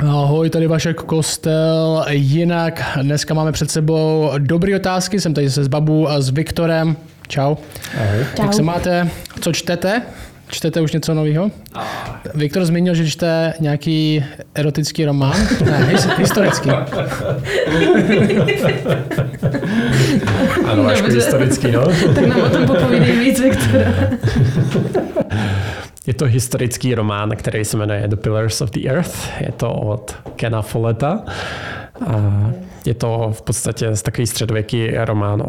Ahoj, tady Vašek Kostel. Jinak dneska máme před sebou dobré otázky. Jsem tady se s Babou a s Viktorem. Čau. Ahoj. Jak se máte? Co čtete? Čtete už něco nového? Viktor zmínil, že čte nějaký erotický román. Ne, historický. Ano, Vašku, historický, no. Tak nám o tom popovídej víc, Viktora. Je to historický román, který se jmenuje The Pillars of the Earth. Je to od Kena Folletta. A je to v podstatě takový středověký román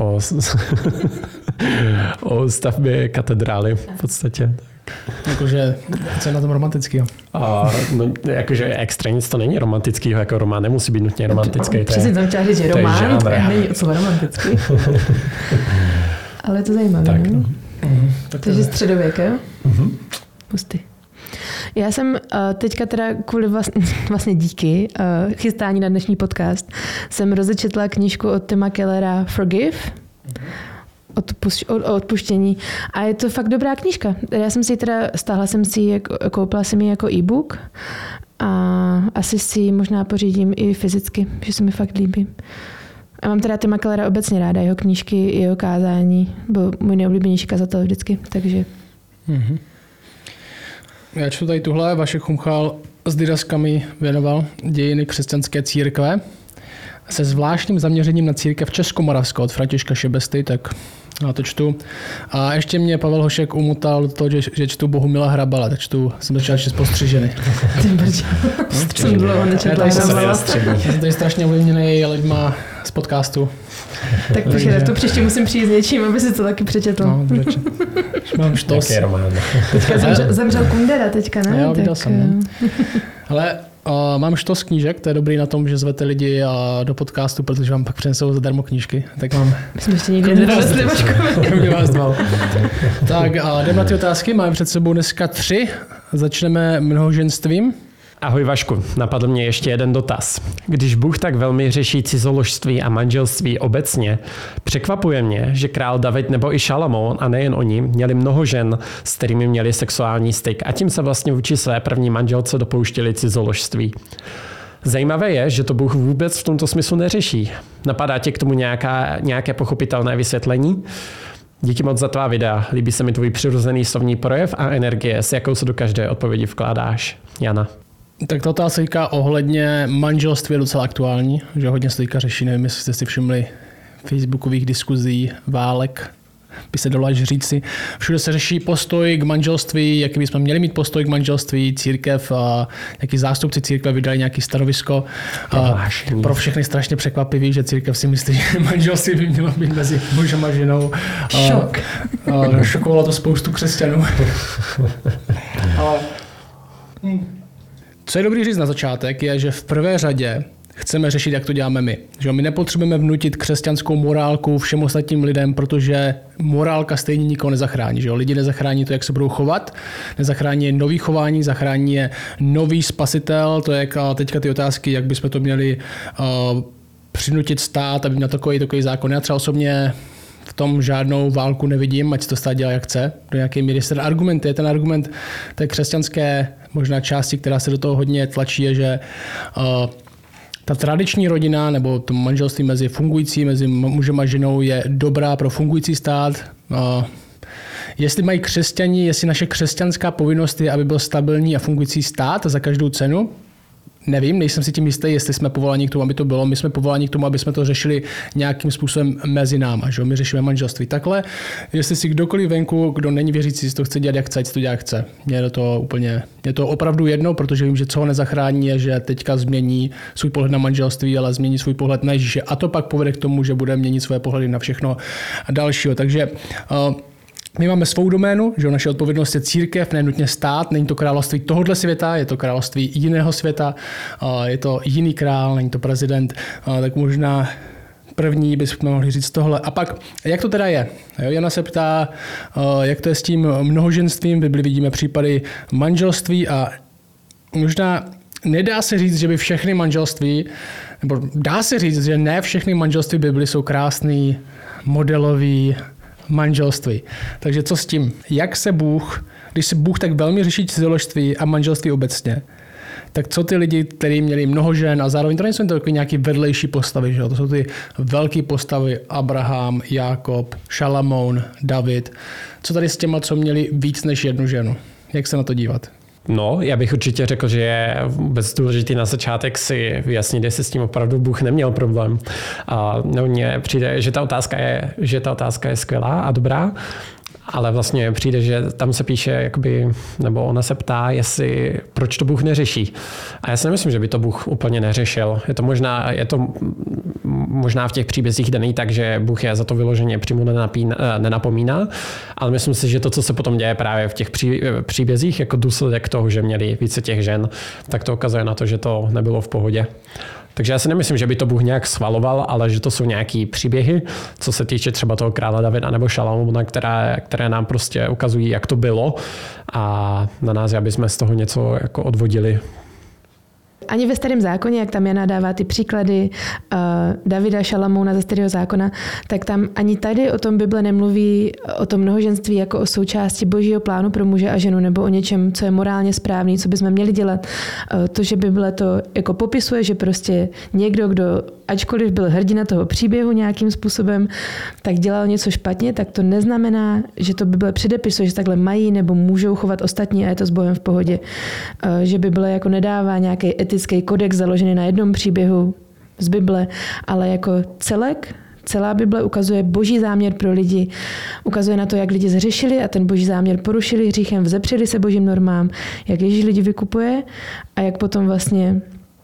o stavbě katedrály v podstatě. Jakože, co je na tom romantického? No, jakože extra nic to není romantického, jako román nemusí být nutně romantický. Přesně tam chtěla říct, že román není o co romantický. Ale je to zajímavé. Tak, no. Takže středověk, jo? Pusty. Já jsem teďka teda kvůli vlastně díky chystání na dnešní podcast jsem rozečetla knížku od Tima Kellera Forgive, o odpuštění. A je to fakt dobrá knížka. Já jsem si ji teda, stáhla jsem si ji, koupila jsem ji jako e-book a asi si ji možná pořídím i fyzicky, že se mi fakt líbí. A mám teda Tima Kellera obecně ráda, jeho knížky, jeho kázání, byl můj nejoblíbenější kazatel vždycky, takže... Mm-hmm. Já čtu tady tuhle, Vašek Chumchal s didaskami věnoval dějiny křesťanské církve se zvláštním zaměřením na církev Českomoravskou od Františka Šebesty, tak já to čtu. A ještě mě Pavel Hošek umutal to, že čtu Bohumila Hrabala, tak jsem začal číst Postřiženy. Jsem dlouho nečetla Hrabala. Jsem tady strašně ovlivněný lidma z podcastu. Tak počkej, to příště musím přijít s něčím, aby si to taky přečetl. No, mám štos. Jaký román. Teďka zemřel Kundera teďka, ne? Jo, viděl jsem. Ale mám štos knížek, to je dobrý na tom, že zvete lidi do podcastu, protože vám pak přinesou zadarmo knížky. Tak mám... My jsme ještě nikdy nedonesli, Kromě vás dva. Tak a jdeme na ty otázky. Máme před sebou dneska 3. Začneme mnohoženstvím. Ahoj Vašku, napadl mě ještě jeden dotaz. Když Bůh tak velmi řeší cizoložství a manželství obecně, překvapuje mě, že král David nebo i Šalamoun, a nejen oni, měli mnoho žen, s kterými měli sexuální styk a tím se vlastně vůči své první manželce dopouštěli cizoložství. Zajímavé je, že to Bůh vůbec v tomto smyslu neřeší. Napadá tě k tomu nějaké pochopitelné vysvětlení? Díky moc za tvá videa. Líbí se mi tvůj přirozený slovní projev a energie, s jakou se do každé odpovědi vkládáš. Jana. Tak ta otázka ohledně manželství je docela aktuální, že hodně se teďka řeší, nevím, jestli jste si všimli facebookových diskuzí, válek, by se dalo až říci. Všude se řeší postoj k manželství, jaký bychom měli mít postoj k manželství, církev, jaký zástupci církve vydali nějaký stanovisko. Pro všechny strašně překvapivý, že církev si myslí, že manželství by mělo být mezi mužem a ženou. Šok. Šokovalo to spoustu křesťanů. Ale... Co je dobrý říct na začátek, je, že v prvé řadě chceme řešit, jak to děláme my. Že my nepotřebujeme vnutit křesťanskou morálku všem ostatním lidem, protože morálka stejně nikoho nezachrání. Že? Lidi nezachrání to, jak se budou chovat, nezachrání je nový chování, zachrání je nový spasitel. To je teďka ty otázky, jak bychom to měli přinutit stát, aby měl takový zákon. Já třeba osobně v tom žádnou válku nevidím, ať si to stát dělá, jak chce. Do nějaké míry ten argument té křesťanské možná části, která se do toho hodně tlačí, je, že ta tradiční rodina nebo to manželství mezi mužem a ženou je dobrá pro fungující stát. Jestli mají křesťani, jestli naše křesťanská povinnost je, aby byl stabilní a fungující stát za každou cenu, nevím, nejsem si tím jistý, jestli jsme povoláni k tomu, aby to bylo. My jsme povoláni k tomu, aby jsme to řešili nějakým způsobem mezi náma. Že? My řešíme manželství takhle. Jestli si kdokoliv venku, kdo není věřící, si to chce dělat, jak chce, ať si to dělat, jak chce. Je to opravdu jedno, protože vím, že co ho nezachrání je, že teďka změní svůj pohled na manželství, ale změní svůj pohled na Ježíše. A to pak povede k tomu, že bude měnit své pohledy na všechno dalšího. Takže my máme svou doménu, že naše odpovědnost je církev, ne nutně stát, není to království tohohle světa, je to království jiného světa, je to jiný král, není to prezident, tak možná první bychom mohli říct tohle. A pak, jak to teda je? Jana se ptá, jak to je s tím mnohoženstvím, v Bibli vidíme případy manželství a možná nedá se říct, že by všechny manželství, nebo dá se říct, že ne všechny manželství Bibli jsou krásný, modelový, manželství. Takže co s tím? Jak se Bůh, když se Bůh tak velmi řeší cizoložství a manželství obecně, Tak co ty lidi, kteří měli mnoho žen a zároveň to nejsou takové nějaké vedlejší postavy, že jo? To jsou ty velké postavy Abraham, Jákob, Šalamoun, David. Co tady s těma, co měli víc než jednu ženu? Jak se na to dívat? No, já bych určitě řekl, že je vůbec důležitý na začátek si vyjasnit, jestli s tím opravdu Bůh neměl problém. A mně přijde, že ta otázka je skvělá a dobrá, ale vlastně přijde, že tam se píše, jakoby, nebo ona se ptá, proč to Bůh neřeší. A já si nemyslím, že by to Bůh úplně neřešil. Je to možná v těch příbězích daný tak, že Bůh je za to vyloženě přímo nenapomíná, ale myslím si, že to, co se potom děje právě v těch příbězích, jako důsledek toho, že měli více těch žen, tak to ukazuje na to, že to nebylo v pohodě. Takže já si nemyslím, že by to Bůh nějak schvaloval, ale že to jsou nějaký příběhy, co se týče třeba toho krále Davida nebo Šalamouna, které nám prostě ukazují, jak to bylo a na nás, aby jsme z toho něco jako odvodili. Ani ve Starém zákoně, jak tam Jana dává ty příklady Davida, Šalamouna ze Starého zákona, tak tam ani tady o tom Bible nemluví o tom mnohoženství jako o součásti Božího plánu pro muže a ženu nebo o něčem, co je morálně správný, co bychom měli dělat. To, že Bible to jako popisuje, že prostě někdo, kdo ačkoliv byl hrdina toho příběhu nějakým způsobem, tak dělal něco špatně, tak to neznamená, že to Bible předepisuje, že takhle mají nebo můžou chovat ostatní a je to s Bohem v pohodě. Že Bible jako nedává nějaký etický kodex založený na jednom příběhu z Bible, ale jako celek, celá Bible ukazuje Boží záměr pro lidi, ukazuje na to, jak lidi zhřešili a ten Boží záměr porušili hříchem, vzepřeli se Božím normám, jak Ježíš lidi vykupuje a jak potom vlastně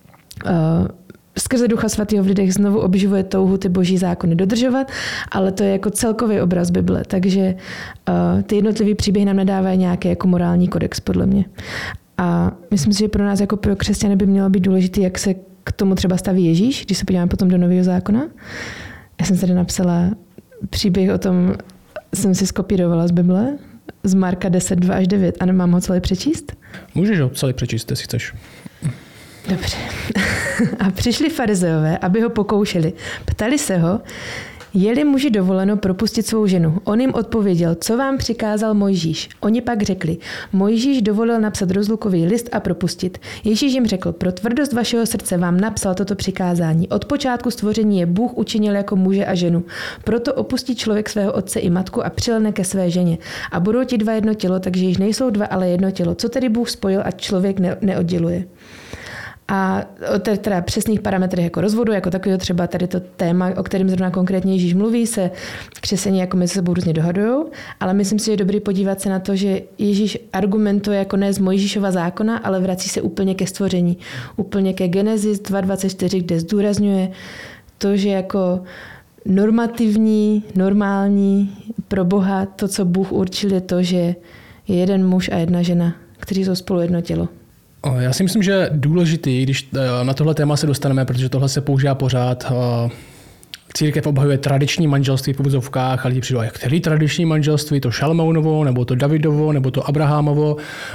skrze Ducha Svatého v lidech znovu obživuje touhu ty Boží zákony dodržovat, ale to je jako celkový obraz Bible, takže ty jednotlivý příběhy nám nedávají nějaký jako morální kodex, podle mě. A myslím si, že pro nás jako pro křesťany by mělo být důležité, jak se k tomu třeba staví Ježíš, když se podíváme potom do Nového zákona. Já jsem tady napsala příběh o tom, jsem si skopírovala z Bible, z Marka 10, 2 až 9 a nemám ho celý přečíst? Můžeš ho celý přečíst, jestli chceš. Dobře. A přišli farizeové, aby ho pokoušeli. Ptali se ho, je-li muži dovoleno propustit svou ženu. On jim odpověděl, co vám přikázal Mojžíš. Oni pak řekli, Mojžíš dovolil napsat rozlukový list a propustit. Ježíš jim řekl, pro tvrdost vašeho srdce vám napsal toto přikázání. Od počátku stvoření je Bůh učinil jako muže a ženu. Proto opustí člověk svého otce i matku a přilne ke své ženě. A budou ti dva jedno tělo, takže již nejsou dva, ale jedno tělo. Co tedy Bůh spojil, ať člověk neodděluje. A o teda přesných parametrech jako rozvodu, jako takového třeba tady to téma, o kterém zrovna konkrétně Ježíš mluví, se křesťané jako mezi sebou různě dohadujou, ale myslím si, že je dobrý podívat se na to, že Ježíš argumentuje jako ne z Mojžíšova zákona, ale vrací se úplně ke stvoření. Úplně ke Genesis 2.24, kde zdůrazňuje to, že jako normativní, normální pro Boha to, co Bůh určil, je to, že je jeden muž a jedna žena, kteří jsou spolu jedno tělo. Já si myslím, že je důležitý, když na tohle téma se dostaneme, protože tohle se používá pořád. Církev obhajuje tradiční manželství v uvozovkách a lidi přijdou, jak který tradiční manželství, to Šalmounovo, nebo to Davidovo, nebo to Abrahamovo.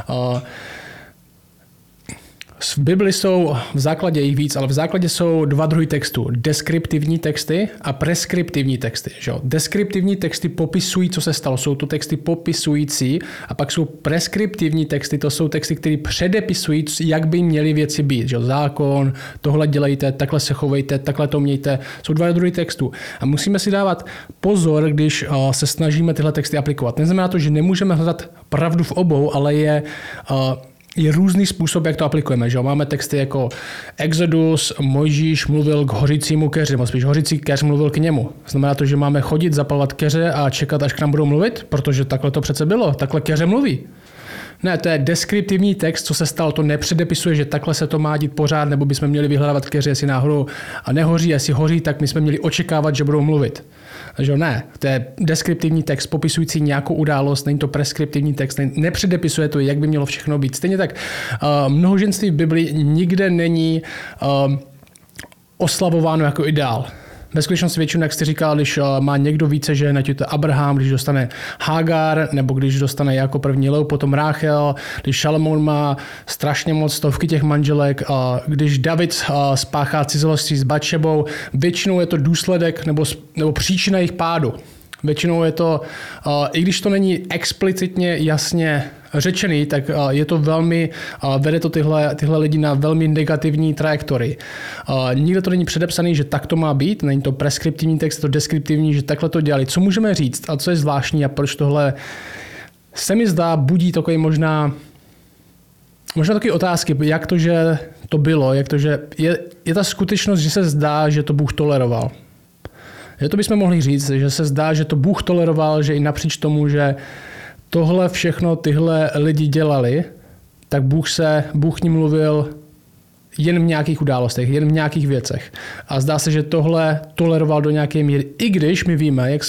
V Bibli jsou v základě jich víc, ale v základě jsou dva druhy textů. Deskriptivní texty a preskriptivní texty. Že? Deskriptivní texty popisují, co se stalo. Jsou to texty popisující a pak jsou preskriptivní texty. To jsou texty, které předepisují, jak by měly věci být. Že? Zákon, tohle dělejte, takhle se chovejte, takhle to mějte. Jsou dva druhy textů. A musíme si dávat pozor, když se snažíme tyhle texty aplikovat. Neznamená to, že nemůžeme hledat pravdu v obou, ale je různý způsob, jak to aplikujeme. Že? Máme texty jako Exodus, Mojžíš mluvil k hořícímu keři, nebo spíš hořící keř mluvil k němu. Znamená to, že máme chodit, zapalovat keře a čekat, až k nám budou mluvit, protože takhle to přece bylo, takhle keře mluví. Ne, to je deskriptivní text, co se stalo, to nepředepisuje, že takhle se to má dít pořád, nebo bychom měli vyhledávat keře, jestli náhodou a nehoří, jestli hoří, tak my jsme měli očekávat, že budou mluvit. Takže ne, to je deskriptivní text popisující nějakou událost, není to preskriptivní text, nepředepisuje to, jak by mělo všechno být. Stejně tak mnohoženství v Biblii nikde není oslavováno jako ideál. Ve skutečnosti většinou, jak jste říkal, když má někdo více žen, ať je to Abraham, když dostane Hagar, nebo když dostane jako první Leu, potom Ráchel, když Šalamoun má strašně moc stovky těch manželek, když David spáchá cizoloství s Batšebou, většinou je to důsledek nebo příčina jejich pádu. Většinou je to, i když to není explicitně jasně řečený, tak je to velmi, vede to tyhle lidi na velmi negativní trajektorii. Nikde to není předepsaný, že tak to má být, není to preskriptivní text, je to deskriptivní, že takhle to dělali. Co můžeme říct a co je zvláštní a proč tohle se mi zdá budí takový možná takové otázky, jak to, že to bylo, jak to, že je ta skutečnost, že se zdá, že to Bůh toleroval. Že to bychom mohli říct, že se zdá, že to Bůh toleroval, že i napříč tomu, že tohle všechno tyhle lidi dělali, tak Bůh k ním mluvil jen v nějakých událostech, jen v nějakých věcech. A zdá se, že tohle toleroval do nějaké míry, i když my víme, jak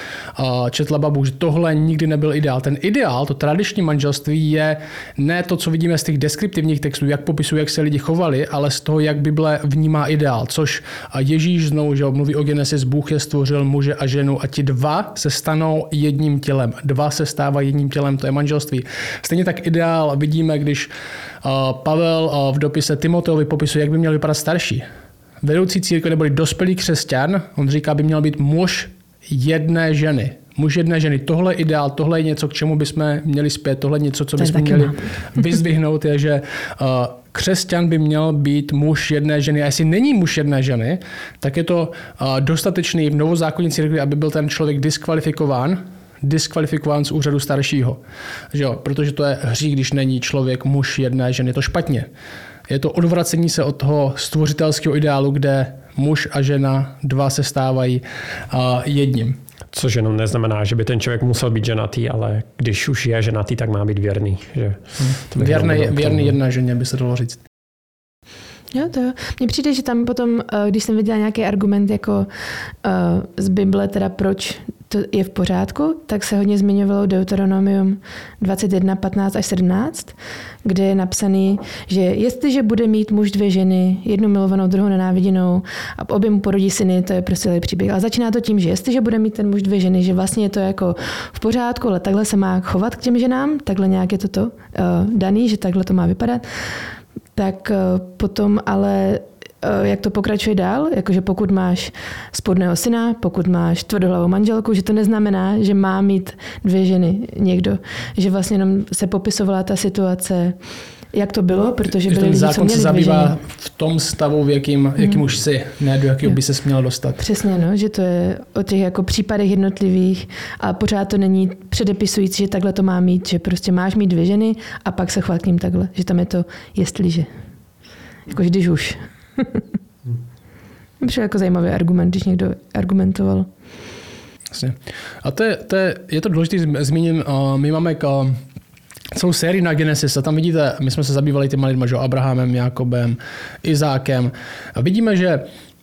četla Babu, že tohle nikdy nebyl ideál. Ten ideál, to tradiční manželství je ne to, co vidíme z těch deskriptivních textů, jak popisují, jak se lidi chovali, ale z toho, jak Bible vnímá ideál. Což Ježíš znovu, že mluví o Genesis, Bůh je stvořil muže a ženu a ti dva se stanou jedním tělem. Dva se stávají jedním tělem, to je manželství. Stejně tak ideál vidíme, když Pavel v dopise Timoteovi popisuje, jak by měl vypadat starší. Vedoucí církve neboli dospělý křesťan, on říká, by měl být muž jedné ženy. Muž jedné ženy. Tohle je ideál, tohle je něco, k čemu bychom měli zpět, tohle je něco, co bychom měli vyzdvihnout, je, že křesťan by měl být muž jedné ženy. A jestli není muž jedné ženy, tak je to dostatečný v novozákonní církvi, aby byl ten člověk diskvalifikován z úřadu staršího. Že jo? Protože to je hřích, když není člověk muž jedné ženy. Je to špatně. Je to odvracení se od toho stvořitelského ideálu, kde muž a žena dva se stávají jedním. Což jenom neznamená, že by ten člověk musel být ženatý, ale když už je ženatý, tak má být věrný. Že věrný jedné ženě, by se dalo říct. Jo, to jo. Mně přijde, že tam potom, když jsem viděla nějaký argument jako z Bible, teda proč to je v pořádku, tak se hodně zmiňovalo Deuteronomium 21, 15 až 17, kde je napsaný, že jestliže bude mít muž dvě ženy, jednu milovanou, druhou nenáviděnou a obě mu porodí syny, to je prostě celý příběh. Ale začíná to tím, že jestliže bude mít ten muž dvě ženy, že vlastně je to jako v pořádku, ale takhle se má chovat k těm ženám, takhle nějak je to daný, že takhle to má vypadat. Tak potom ale jak to pokračuje dál, jakože pokud máš spodného syna, pokud máš tvrdohlavou manželku, že to neznamená, že má mít dvě ženy někdo. Že vlastně jenom se popisovala ta situace, jak to bylo, protože byli lidi, co měli dvě ženy. Zákon se zabývá v tom stavu, v jakým už jsi, ne do jakého by se měl dostat. Přesně, no, že to je o těch jako případech jednotlivých a pořád to není předepisující, že takhle to má mít, že prostě máš mít dvě ženy a pak se chovat k ním takhle, že tam je to jestliže. Jakože když už. Přišel jako zajímavý argument, když někdo argumentoval. Jasně. A je to důležité zmíním, my máme celou sérii na Genesis a tam vidíte, my jsme se zabývali těma lidma, že Abrahamem, Jakobem, Izákem a vidíme, že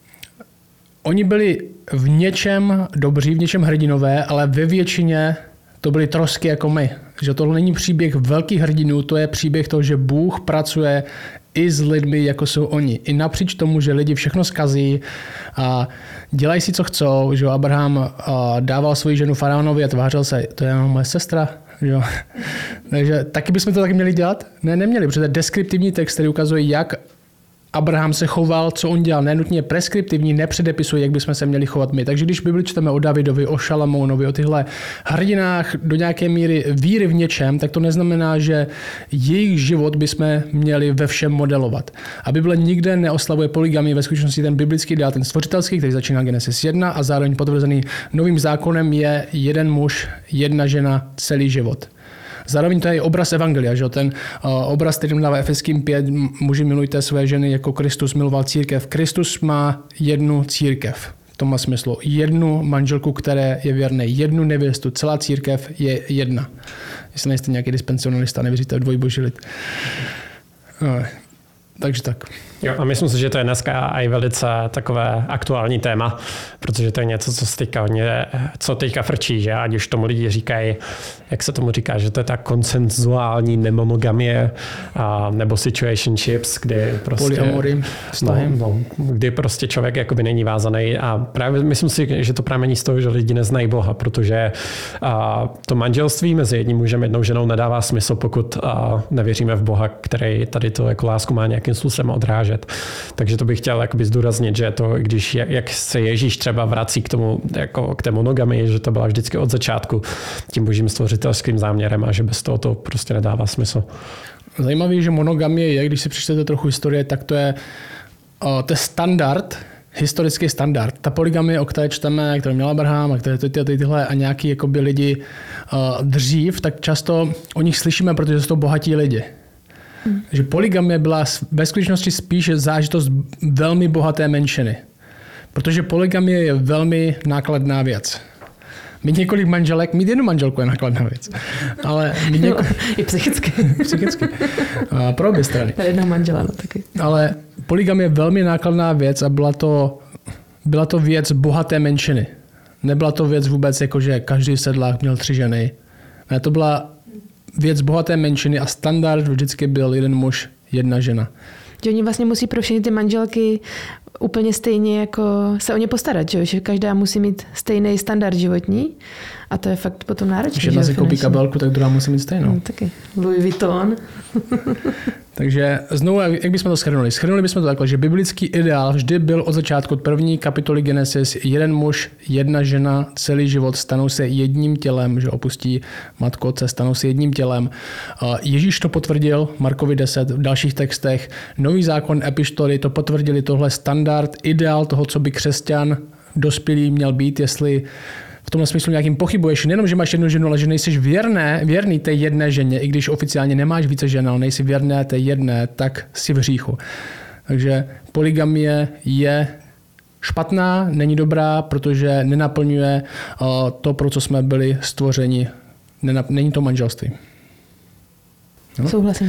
oni byli v něčem dobří, v něčem hrdinové, ale ve většině to byly trosky jako my. Že tohle není příběh velkých hrdinů, to je příběh toho, že Bůh pracuje i s lidmi, jako jsou oni. I napříč tomu, že lidi všechno zkazí a dělají si, co chcou. Že Abraham dával svoji ženu faraonovi a tvářil se, to je moje sestra. Že? Takže taky bychom to taky měli dělat? Ne, neměli, protože to je deskriptivní text, který ukazuje, jak Abraham se choval, co on dělal, nenutně preskriptivní, nepředepisuje, jak bychom se měli chovat my. Takže když Bibli čteme o Davidovi, o Šalamounovi, o těchto hrdinách do nějaké míry víry v něčem, tak to neznamená, že jejich život bychom měli ve všem modelovat. A Bible nikde neoslavuje polygamii, ve skutečnosti ten biblický ideál, ten stvořitelský, který začíná Genesis 1 a zároveň potvrzený novým zákonem je jeden muž, jedna žena, celý život. Zároveň to je obraz evangelia, že? Ten obraz, který dává Efeským 5, muži milujte své ženy, jako Kristus miloval církev. Kristus má jednu církev. To má smyslu. Jednu manželku, které je věrný, jednu nevěstu. Celá církev je jedna. Jestli nejste nějaký dispensionalista, nevěříte v dvojboží lid. Takže tak. Jo, a myslím si, že to je dneska i velice takové aktuální téma, protože to je něco, co teďka frčí, že ať už tomu lidi říkají, jak se tomu říká, že to je ta konsenzuální nemonogamie nebo situationships, kdy prostě polyamory, kdy prostě člověk jakoby není vázaný a právě myslím si, že to pramení z toho, že lidi neznají Boha, protože to manželství mezi jedním mužem a jednou ženou nedává smysl, pokud nevěříme v Boha, který tady to jako lásku má nějak nějakým způsobem odrážet. Takže to bych chtěl jakoby zdůraznit, že to, když jak se Ježíš třeba vrací k tomu, jako k té monogamii, že to byla vždycky od začátku tím božím stvořitelským záměrem a že bez toho to prostě nedává smysl. Zajímavé, že monogamie je, když si přečtete trochu historie, tak to je standard, historický standard. Ta poligamie, o které čteme, kterou měl Abraham a které tyhle a nějaký jakoby lidi dřív, tak často o nich slyšíme, protože jsou to bohatí lidi. Že poligamie byla ve skutečnosti spíš zážitost velmi bohaté menšiny. Protože poligamie je velmi nákladná věc. Mít několik manželek, mít jednu manželku je nákladná věc. Ale mít I psychicky. Psychicky. Pro obě strany. Jedna manžela, no taky. Ale poligamie je velmi nákladná věc a byla to věc bohaté menšiny. Nebyla to věc vůbec jako, že každý sedlák měl 3 ženy. Ne, to byla věc bohaté menšiny a standard vždycky byl jeden muž, jedna žena. Že oni vlastně musí pro všechny ty manželky úplně stejně jako se o ně postarat, že každá musí mít stejný standard životní a to je fakt potom náročné. Když jedna si koupí kabelku, tak druhá musí mít stejnou. Taky. Louis Vuitton. Takže znovu, jak bychom to shrnuli? Shrnuli bychom to takhle, že biblický ideál vždy byl od začátku, od první kapitoly Genesis, jeden muž, jedna žena, celý život, stanou se jedním tělem, že opustí matku otce, stanou se jedním tělem. Ježíš to potvrdil, Markovi 10, v dalších textech. Nový zákon, epištoly to potvrdili, tohle standard, ideál toho, co by křesťan dospělý měl být, jestli v tomhle smyslu nějakým pochybuješ, nejenom, že máš jednu ženu, ale že nejsi věrný té jedné ženě, i když oficiálně nemáš více žen, ale nejsi věrné té jedné, tak si v hříchu. Takže poligamie je špatná, není dobrá, protože nenaplňuje to, pro co jsme byli stvořeni. Není to manželství. No? Souhlasím.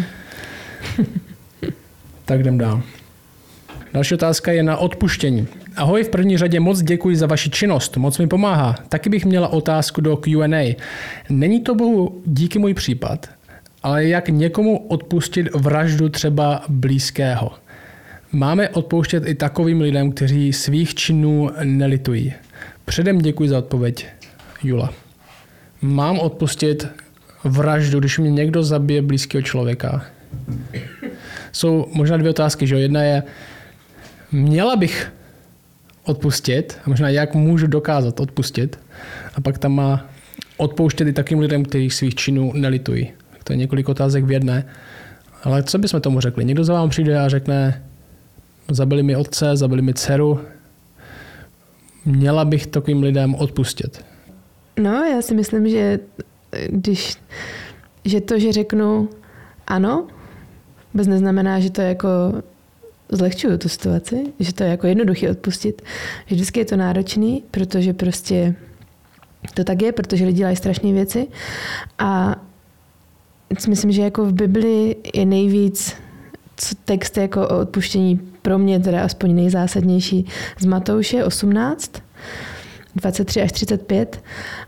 Tak jdem dál. Další otázka je na odpuštění. Ahoj, v první řadě moc děkuji za vaši činnost, moc mi pomáhá. Taky bych měla otázku do Q&A. Není to bohu díky můj případ, ale jak někomu odpustit vraždu třeba blízkého? Máme odpouštět i takovým lidem, kteří svých činů nelitují. Předem děkuji za odpověď, Jula. Mám odpustit vraždu, když mě někdo zabije blízkého člověka? Jsou možná 2 otázky, že? Jedna je, měla bych odpustit, a možná jak můžu dokázat odpustit, a pak tam má odpouštět i takým lidem, kteří svých činů nelitují. To je několik otázek v jedné. Ale co bychom tomu řekli? Někdo za vám přijde a řekne, zabili mi otce, zabili mi dceru, měla bych takovým lidem odpustit. No, já si myslím, že že řeknu ano, vůbec neznamená, že to jako zlehčuju tu situaci, že to je jako jednoduchý odpustit. Že vždycky je to náročný, protože prostě to tak je, protože lidi dělají strašné věci a myslím, že jako v Bibli je nejvíc text jako o odpuštění pro mě teda aspoň nejzásadnější z Matouše 18, 23 až 35.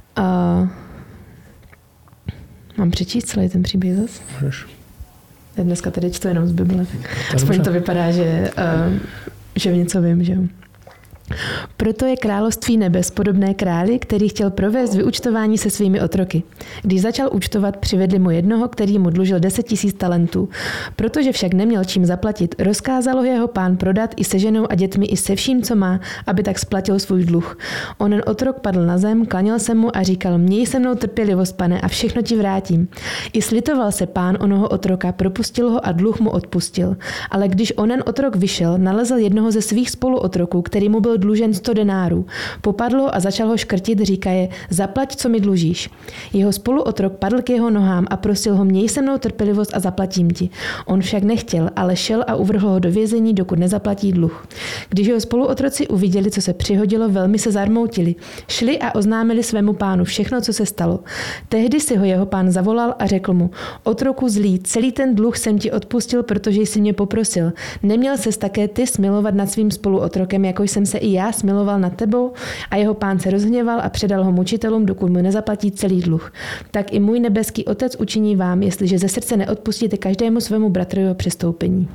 Mám přečíst celý ten příběh zase? Já dneska tady čtu jenom z Bible, tak aspoň to vypadá, že v něco vím, že jo. Proto je království nebes podobné králi, který chtěl provést vyúčtování se svými otroky. Když začal účtovat, přivedli mu jednoho, který mu dlužil 10 000 talentů. Protože však neměl čím zaplatit, rozkázalo jeho pán prodat i se ženou a dětmi i se vším, co má, aby tak splatil svůj dluh. Onen otrok padl na zem, klaněl se mu a říkal, měj se mnou trpělivost, pane, a všechno ti vrátím. I slitoval se pán onoho otroka, propustil ho a dluh mu odpustil. Ale když onen otrok vyšel, nalezl jednoho ze svých spoluotroků, který mu byl dlužen 100 denárů. Popadl ho a začal ho škrtit, říkaje, zaplať, co mi dlužíš. Jeho spoluotrok padl k jeho nohám a prosil ho, měj se mnou trpělivost a zaplatím ti. On však nechtěl, ale šel a uvrhl ho do vězení, dokud nezaplatí dluh. Když jeho spoluotroci uviděli, co se přihodilo, velmi se zarmoutili. Šli a oznámili svému pánu všechno, co se stalo. Tehdy si ho jeho pán zavolal a řekl mu, otroku zlý, celý ten dluh jsem ti odpustil, protože jsi mě poprosil. Neměl ses také ty smilovat nad svým spoluotrokem, jako jsem se i já smiloval nad tebou? A jeho pán se rozhněval a předal ho mučitelům, dokud mu nezaplatí celý dluh. Tak i můj nebeský otec učiní vám, jestliže ze srdce neodpustíte každému svému bratrovi jeho přestoupení.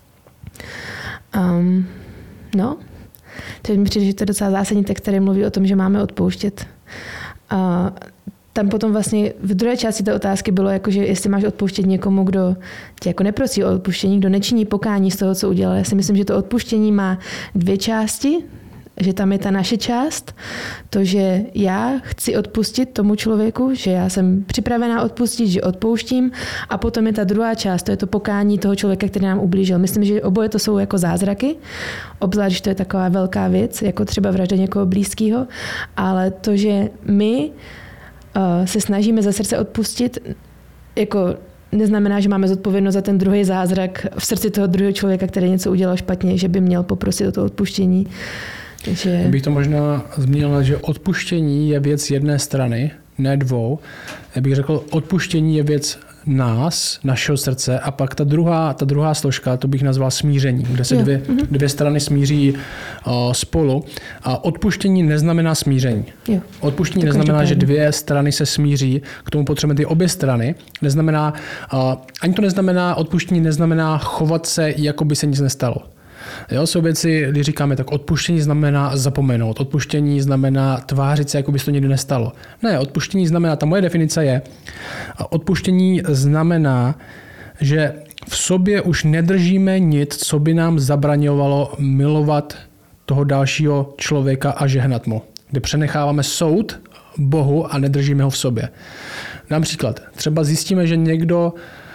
No, takže mi přijde, že to je docela zásadní text, který mluví o tom, že máme odpouštět. tam potom vlastně v druhé části té otázky bylo, jako, že jestli máš odpuštět někomu, kdo tě jako neprosí o odpuštění, kdo nečiní pokání z toho, co udělal. Já si myslím, že to odpuštění má dvě části, že tam je ta naše část, to, že já chci odpustit tomu člověku, že já jsem připravená odpustit, že odpouštím, a potom je ta druhá část, to je to pokání toho člověka, který nám ublížil. Myslím, že oboje to jsou jako zázraky, obzvlášť, že to je taková velká věc, jako třeba vražda někoho blízkého, ale to, že my se snažíme ze srdce odpustit, jako neznamená, že máme zodpovědnost za ten druhý zázrak v srdci toho druhého člověka, který něco udělal špatně, že by měl poprosit o to odpuštění. Takže... Bych to možná zmínil, že odpuštění je věc jedné strany, ne dvou. Já bych řekl, odpuštění je věc nás, našeho srdce, a pak ta druhá složka, to bych nazval smíření, kde se dvě strany smíří spolu. A odpuštění neznamená smíření. Jo. Odpuštění neznamená, že dvě strany se smíří, k tomu potřebujeme ty obě strany. Neznamená, ani to neznamená, odpuštění neznamená chovat se, jako by se nic nestalo. Jo, jsou věci, když říkáme, tak odpuštění znamená zapomenout. Odpuštění znamená tvářit se, jako by se to nikdy nestalo. Ne, odpuštění znamená, ta moje definice je, odpuštění znamená, že v sobě už nedržíme nic, co by nám zabraňovalo milovat toho dalšího člověka a žehnat mu. Kdy přenecháváme soud Bohu a nedržíme ho v sobě. Například, třeba zjistíme, že někdo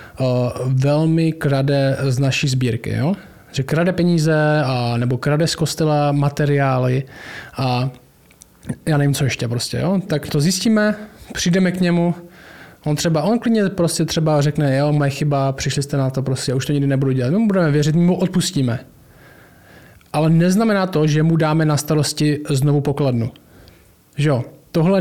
velmi krade z naší sbírky, jo? Že krade peníze nebo krade z kostela materiály a já nevím, co ještě prostě, jo? Tak to zjistíme, přijdeme k němu, on klidně prostě třeba řekne, jo, moje chyba, přišli jste na to prostě, už to nikdy nebudu dělat. My mu budeme věřit, my mu odpustíme. Ale neznamená to, že mu dáme na starosti znovu pokladnu. Že jo? To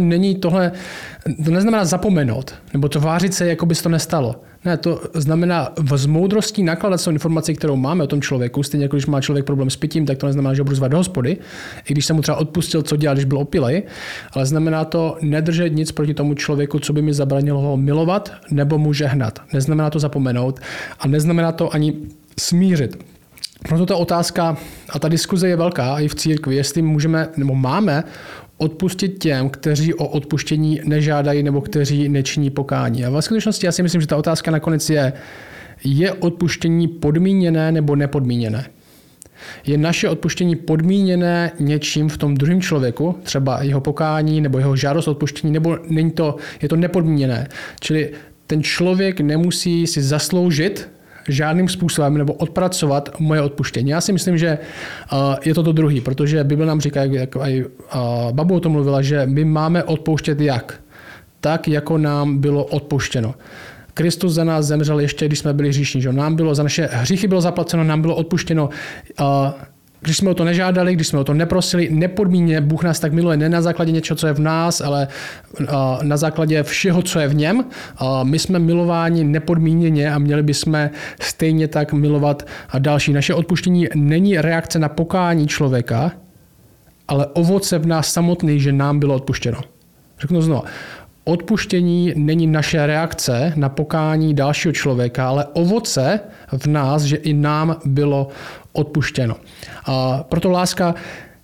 neznamená zapomenout, nebo tvářit se, jako by se to nestalo. Ne, to znamená s moudrostí nakládat s informací, kterou máme o tom člověku. Stejně jako když má člověk problém s pitím, tak to neznamená, že ho budu zvat do hospody, i když jsem mu třeba odpustil, co dělal, když byl opilej, ale znamená to nedržet nic proti tomu člověku, co by mi zabránilo ho milovat nebo mu žehnat. Neznamená to zapomenout a neznamená to ani smířit. Proto ta otázka a ta diskuze je velká i v církvi, jestli můžeme nebo máme odpustit těm, kteří o odpuštění nežádají nebo kteří nečiní pokání. A ve skutečnosti já si myslím, že ta otázka nakonec je odpuštění podmíněné nebo nepodmíněné. Je naše odpuštění podmíněné něčím v tom druhém člověku, třeba jeho pokání nebo jeho žádost odpuštění, nebo je to nepodmíněné. Čili ten člověk nemusí si zasloužit žádným způsobem nebo odpracovat moje odpuštění. Já si myslím, že je to druhý, protože Bible nám říká, jak i Babu o tom mluvila, že my máme odpouštět jak? Tak, jako nám bylo odpuštěno. Kristus za nás zemřel ještě, když jsme byli hříšní. Že? Za naše hříchy bylo zaplaceno, nám bylo odpuštěno. Když jsme o to nežádali, když jsme o to neprosili, nepodmíněně Bůh nás tak miluje ne na základě něčeho, co je v nás, ale na základě všeho, co je v něm. My jsme milováni nepodmíněně a měli bychom stejně tak milovat další. Naše odpuštění není reakce na pokání člověka, ale ovoce v nás samotný, že nám bylo odpuštěno. Řeknu znovu. Odpuštění není naše reakce na pokání dalšího člověka, ale ovoce v nás, že i nám bylo odpuštěno. Proto láska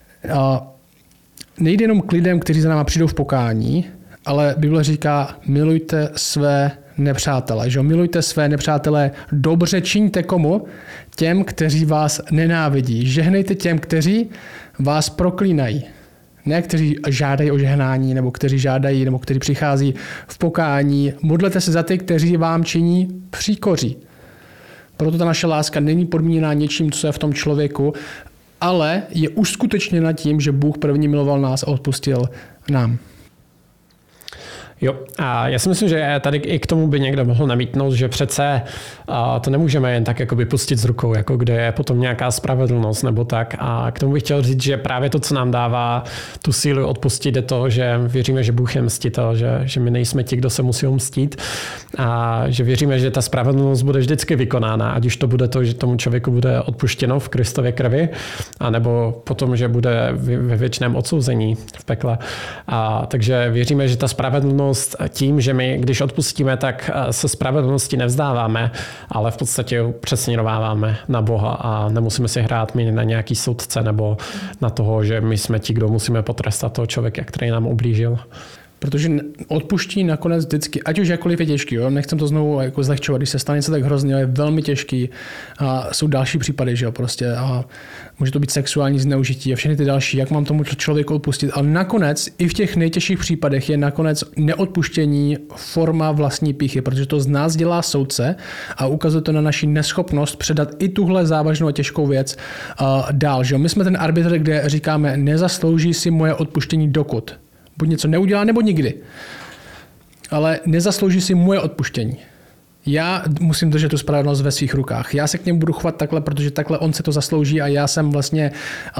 nejde jenom k lidem, kteří za náma přijdou v pokání, ale Bible říká, milujte své nepřátele. Že? Milujte své nepřátele, dobře čiňte komu? Těm, kteří vás nenávidí. Žehnejte těm, kteří vás proklínají. Ne, kteří žádají o žehnání, nebo kteří žádají, nebo kteří přichází v pokání. Modlete se za ty, kteří vám činí příkoří. Proto ta naše láska není podmíněná něčím, co je v tom člověku, ale je uskutečněna tím, že Bůh první miloval nás a odpustil nám. Jo, a já si myslím, že tady i k tomu by někdo mohl namítnout, že přece to nemůžeme jen tak jakoby pustit z rukou, jako kde je potom nějaká spravedlnost nebo tak. A k tomu bych chtěl říct, že právě to, co nám dává tu sílu odpustit, je to, že věříme, že Bůh je mstitel, že my nejsme ti, kdo se musí mstít a že věříme, že ta spravedlnost bude vždycky vykonána, ať už to bude to, že tomu člověku bude odpuštěno v Kristově krvi, anebo potom, že bude ve věčném odsouzení v pekle. Takže věříme, že ta spravedlnost tím, že my, když odpustíme, tak se spravedlnosti nevzdáváme, ale v podstatě přesměrováváme na Boha a nemusíme si hrát my na nějaký soudce nebo na toho, že my jsme ti, kdo musíme potrestat toho člověka, který nám ublížil. Protože odpuštění nakonec vždycky, ať už jakkoliv je těžký, jo? Nechcem to znovu jako zlehčovat, když se stane něco tak hrozně, je velmi těžký a jsou další případy, že jo, prostě a může to být sexuální zneužití a všechny ty další, jak mám tomu člověku odpustit, ale nakonec i v těch nejtěžších případech je nakonec neodpuštění forma vlastní pýchy, protože to z nás dělá soudce a ukazuje to na naši neschopnost předat i tuhle závažnou a těžkou věc dál, že jo. My jsme ten arbitr, kde říkáme, nezaslouží si moje odpuštění dokud. Buď něco neudělá, nebo nikdy. Ale nezaslouží si moje odpuštění. Já musím držet tu spravedlnost ve svých rukách. Já se k němu budu chovat takhle, protože takhle on se to zaslouží a já jsem vlastně...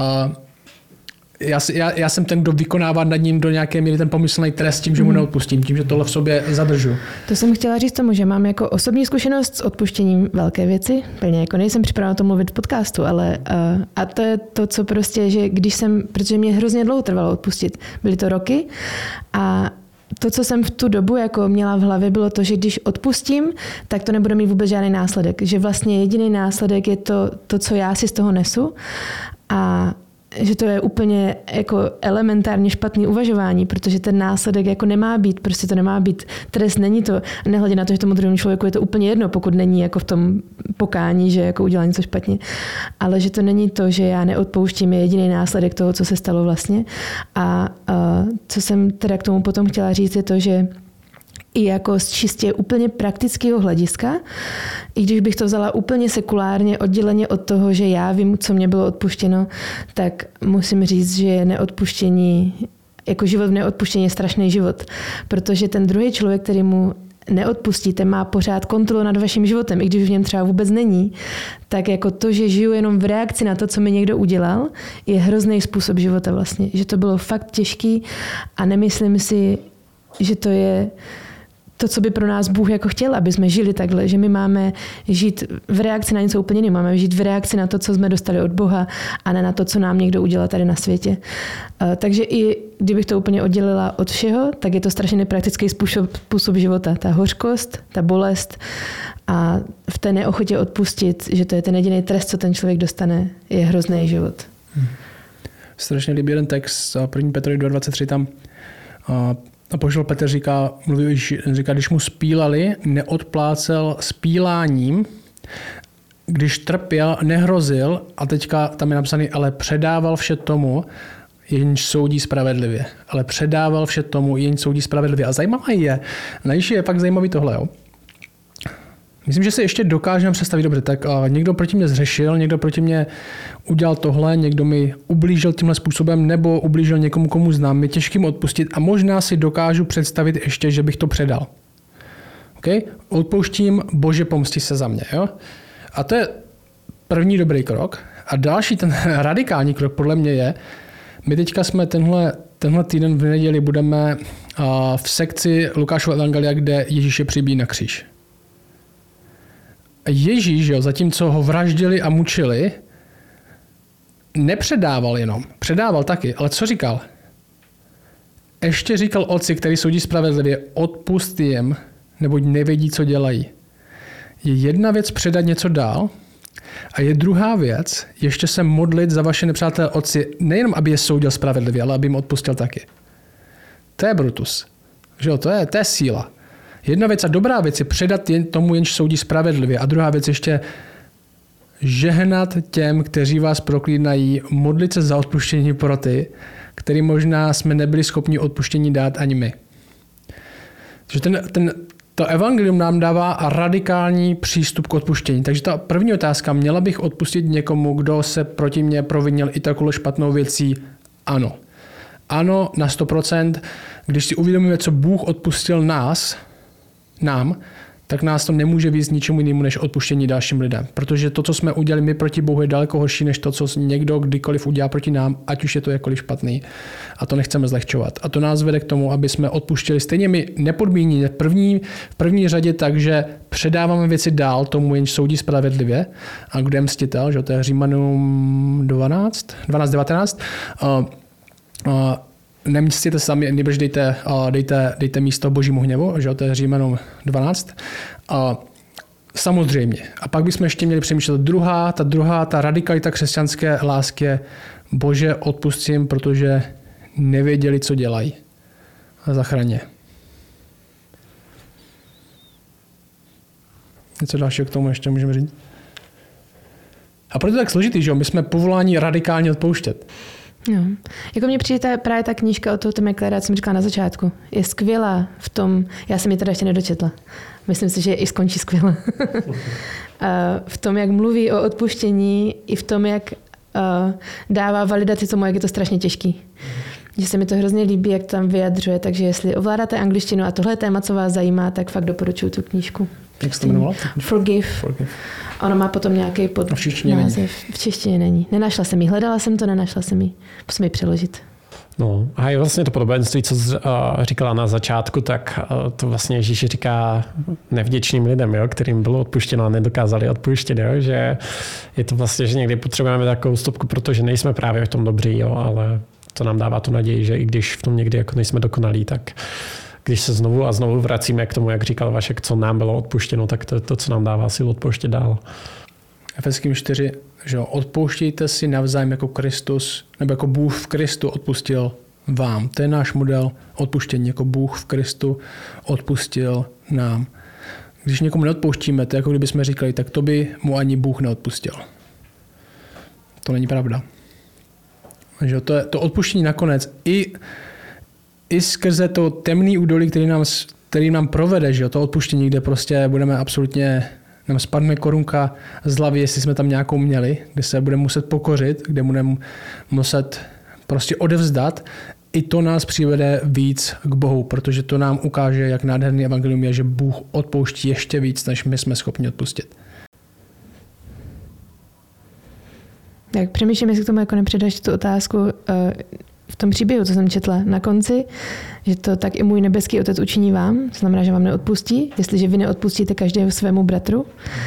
Já jsem ten, kdo vykonává nad ním do nějaké míry ten pomyslný trest tím, že mu neodpustím, tím, že tohle v sobě zadržu. To jsem chtěla říct tomu, že mám jako osobní zkušenost s odpuštěním velké věci. Plně jako nejsem připravena to mluvit v podcastu, ale a to je to, co prostě, že když jsem, protože mě hrozně dlouho trvalo odpustit, byly to roky a to, co jsem v tu dobu jako měla v hlavě, bylo to, že když odpustím, tak to nebude mít vůbec žádný následek. Že vlastně jediný následek je to, co já si z toho nesu a že to je úplně jako elementárně špatný uvažování, protože ten následek jako nemá být, prostě to nemá být trest, není to, nehledě na to, že tomu druhému člověku je to úplně jedno, pokud není jako v tom pokání, že jako udělá něco špatně, ale že to není to, že já neodpouštím, je jediný následek toho, co se stalo vlastně. A co jsem teda k tomu potom chtěla říct, je to, že i jako z čistě úplně praktického hlediska, i když bych to vzala úplně sekulárně, odděleně od toho, že já vím, co mě bylo odpuštěno, tak musím říct, že neodpuštění, jako život v neodpuštění je strašný život, protože ten druhý člověk, který mu neodpustíte, má pořád kontrolu nad vaším životem, i když v něm třeba vůbec není, tak jako to, že žiju jenom v reakci na to, co mi někdo udělal, je hrozný způsob života vlastně, že to bylo fakt těžký a nemyslím si, že to je to, co by pro nás Bůh jako chtěl, aby jsme žili takhle, že my máme žít v reakci na něco úplně jiného, máme žít v reakci na to, co jsme dostali od Boha a ne na to, co nám někdo udělal tady na světě. Takže i kdybych to úplně oddělila od všeho, tak je to strašně nepraktický způsob života. Ta hořkost, ta bolest a v té neochotě odpustit, že to je ten jediný trest, co ten člověk dostane, je hrozný život. Strašně líbí jeden text, 1. Petrovi 2.23, tam apoštol Petr říká, když mu spílali, neodplácel spíláním, když trpěl, nehrozil, a teďka tam je napsaný, ale předával vše tomu, jenž soudí spravedlivě. Ale předával vše tomu, jenž soudí spravedlivě. A zajímavé je, je fakt zajímavý tohle, jo. Myslím, že si ještě dokážeme představit dobře, tak někdo proti mě zřešil, někdo proti mě udělal tohle, někdo mi ublížil tímhle způsobem nebo ublížil někomu, komu znám, je těžký mu odpustit a možná si dokážu představit ještě, že bych to předal. Okay? Odpouštím, Bože, pomsti se za mě. Jo? A to je první dobrý krok. A další, ten radikální krok podle mě je, my teďka jsme tenhle týden v neděli budeme v sekci Lukášova evangelia, kde Ježíše přibíjí na kříž. Ježíš, jo, zatímco ho vraždili a mučili, nepředával jenom, předával taky, ale co říkal? Ještě říkal Otci, který soudí spravedlivě, odpust jim, neboť nevědí, co dělají. Je jedna věc předat něco dál a je druhá věc ještě se modlit za vaše nepřátelé Otci, nejenom aby je soudil spravedlivě, ale aby jim odpustil taky. To je Brutus. Že jo, to je síla. Jedna věc a dobrá věc je předat tomu, jenž soudí spravedlivě. A druhá věc ještě žehnat těm, kteří vás proklínají, modlit se za odpuštění pro ty, který možná jsme nebyli schopni odpuštění dát ani my. Takže to evangelium nám dává radikální přístup k odpuštění. Takže ta první otázka, měla bych odpustit někomu, kdo se proti mně provinil i takovou špatnou věcí? Ano. Ano, na 100%. Když si uvědomíme, co Bůh odpustil nám, tak nás to nemůže víc ničemu jinému než odpuštění dalším lidem. Protože to, co jsme udělali my proti Bohu, je daleko horší než to, co někdo kdykoliv udělá proti nám, ať už je to jakkoliv špatný. A to nechceme zlehčovat. A to nás vede k tomu, aby jsme odpuštěli stejně my nepodmíněně v první řadě tak, že předáváme věci dál tomu, jenž soudí spravedlivě. A kdo je mstitel, že to je Římanům 12:19. Nemstěte sami, nebož dejte místo božímu hněvu, že to je Římanům 12. Samozřejmě. A pak bychom ještě měli přemýšlet ta radikalita křesťanské lásky je, Bože, odpustím, protože nevěděli, co dělají. zachraně. Něco dalšího k tomu ještě můžeme říct? A proto je tak složitý, že jo? My jsme povoláni radikálně odpouštět. No. Jako mně přijde právě ta knížka o toho Tima Clarera, co jsem říkala na začátku. Je skvělá v tom, já jsem ji teda ještě nedočetla. Myslím si, že i skončí skvěle. V tom, jak mluví o odpuštění, i v tom, jak dává validaci tomu, jak je to strašně těžký. Že se mi to hrozně líbí, jak to tam vyjadřuje, takže jestli ovládáte angličtinu a tohle je téma, co vás zajímá, tak fakt doporučuji tu knížku. Jak se to jmenovala? Forgive. Ona má potom nějaký název. V češtině není. Nenašla jsem ji. Hledala jsem to, nenašla jsem ji. Musím ji přeložit. No a je vlastně to podobenství, co říkala na začátku, tak to vlastně Ježíš říká nevděčným lidem, jo, kterým bylo odpuštěno a nedokázali odpuštět, jo, že je to vlastně, že někdy potřebujeme takovou stopku, protože nejsme právě v tom dobří, jo, ale to nám dává tu naději, že i když v tom někdy jako nejsme dokonalí, tak když se znovu a znovu vracíme k tomu, jak říkal Vašek, co nám bylo odpuštěno, tak to je to, co nám dává sílu odpouštět dál. Efeským 4, že odpouštějte si navzájem jako Kristus, nebo jako Bůh v Kristu odpustil vám. To je náš model odpuštění, jako Bůh v Kristu odpustil nám. Když někomu neodpouštíme, to je jako kdybychom říkali, tak to by mu ani Bůh neodpustil. To není pravda. Že to odpuštění nakonec i skrze to temný údolí, který nám provede, že to odpuštění, kde prostě budeme absolutně, nám spadne korunka z hlavy, jestli jsme tam nějakou měli, kde se budeme muset pokořit, kde budeme muset prostě odevzdat, i to nás přivede víc k Bohu, protože to nám ukáže, jak nádherný evangelium je, že Bůh odpouští ještě víc, než my jsme schopni odpustit. Tak přemýšlím, jestli k tomu jako nepředáš tu otázku v tom příběhu, co jsem četla na konci, že to tak i můj nebeský otec učiní vám, to znamená, že vám neodpustí, jestliže vy neodpustíte každému svému bratru.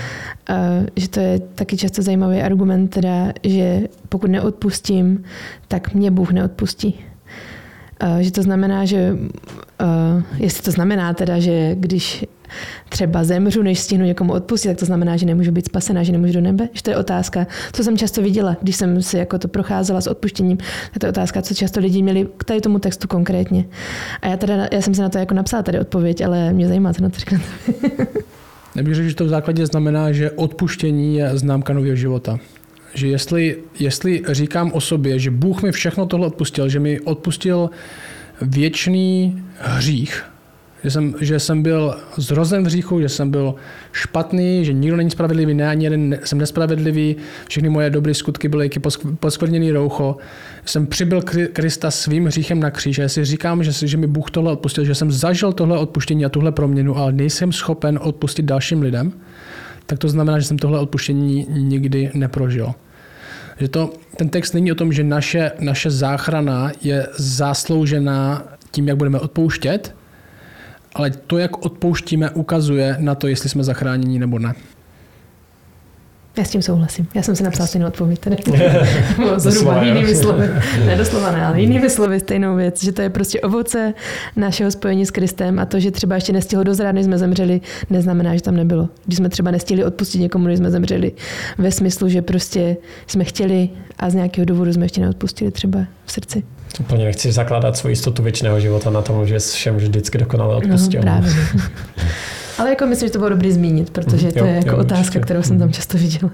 Že to je taky často zajímavý argument, teda, že pokud neodpustím, tak mě Bůh neodpustí. Že to znamená, že jestli to znamená teda, že když třeba zemřu, než stihnu někomu odpustit, tak to znamená, že nemůžu být spasená, že nemůžu do nebe? Že to je otázka, co jsem často viděla, když jsem si jako to procházela s odpuštěním. Tak to je otázka, co často lidi měli k tady tomu textu konkrétně. A já jsem se na to jako napsala tady odpověď, ale mě zajímá, co na to říkáte. Nebych řekl, že to v základě znamená, že odpuštění je známka nového života. Že jestli říkám o sobě, že Bůh mi všechno tohle odpustil, že mi odpustil věčný hřích, že jsem byl zrozen v hříchu, že jsem byl špatný, že nikdo není spravedlivý, ne ani jeden jsem nespravedlivý, všechny moje dobré skutky byly jako poskvrněný roucho, jsem přibyl Krista svým hříchem na kříž. Já si říkám, že mi Bůh tohle odpustil, že jsem zažil tohle odpuštění a tuhle proměnu, ale nejsem schopen odpustit dalším lidem, tak to znamená, že jsem tohle odpuštění nikdy neprožil. Že ten text není o tom, že naše záchrana je zasloužená tím, jak budeme odpouštět, ale to, jak odpouštíme, ukazuje na to, jestli jsme zachráněni nebo ne. Já s tím souhlasím. Já jsem si napsala stejnou odpověď tady. Zhruba jinými slovy. Ne doslova ne, ale jinými slovy stejnou věc, že to je prostě ovoce našeho spojení s Kristem a to, že třeba ještě nestihlo dozrát, než jsme zemřeli, neznamená, že tam nebylo. Když jsme třeba nestihli odpustit někomu, než jsme zemřeli, ve smyslu, že prostě jsme chtěli a z nějakého důvodu jsme ještě neodpustili třeba v srdci. Úplně nechci zakládat svou jistotu věčného života na tom, že všem vždycky dokonale odpustil. No, právě. Ale jako myslím, že to bylo dobrý zmínit, protože to je jako otázka, určitě. Kterou jsem tam často viděla.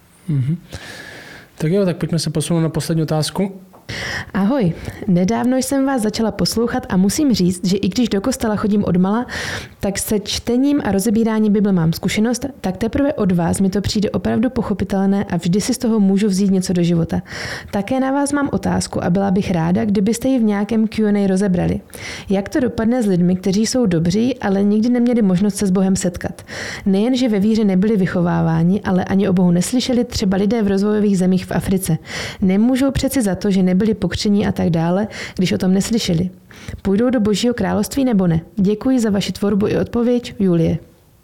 Tak jo, tak pojďme se posunout na poslední otázku. Ahoj, nedávno jsem vás začala poslouchat a musím říct, že i když do kostela chodím odmala, tak se čtením a rozebíráním Bible mám zkušenost, tak teprve od vás mi to přijde opravdu pochopitelné a vždy si z toho můžu vzít něco do života. Také na vás mám otázku a byla bych ráda, kdybyste ji v nějakém Q&A rozebrali. Jak to dopadne s lidmi, kteří jsou dobří, ale nikdy neměli možnost se s Bohem setkat? Nejen, že ve víře nebyli vychováváni, ale ani o Bohu neslyšeli, třeba lidé v rozvojových zemích v Africe. Nemůžou přeci za to, že nebyli pokřtění a tak dále, když o tom neslyšeli. Půjdou do Božího království nebo ne? Děkuji za vaši tvorbu i odpověď, Julie.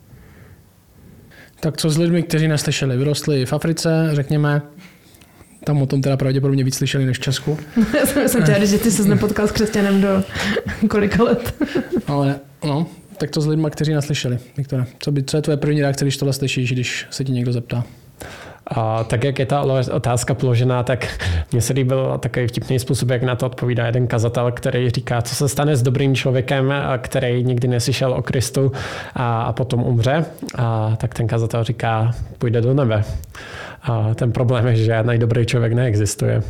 Tak co s lidmi, kteří neslyšeli? Vyrostli v Africe, řekněme, tam o tom teda pravděpodobně víc slyšeli než v Česku. Já jsem chtěla, že ty se nepotkal s křesťanem do kolika let. Ale no, tak co s lidmi, kteří neslyšeli? Viktore, co je tvoje první reakce, když tohle slyšíš, když se ti někdo zeptá? A tak, jak je ta otázka položená, tak mně se líbil takový vtipný způsob, jak na to odpovídá jeden kazatel, který říká, co se stane s dobrým člověkem, který nikdy neslyšel o Kristu a potom umře. A tak ten kazatel říká, půjde do nebe. A ten problém je, že žádný dobrý člověk neexistuje.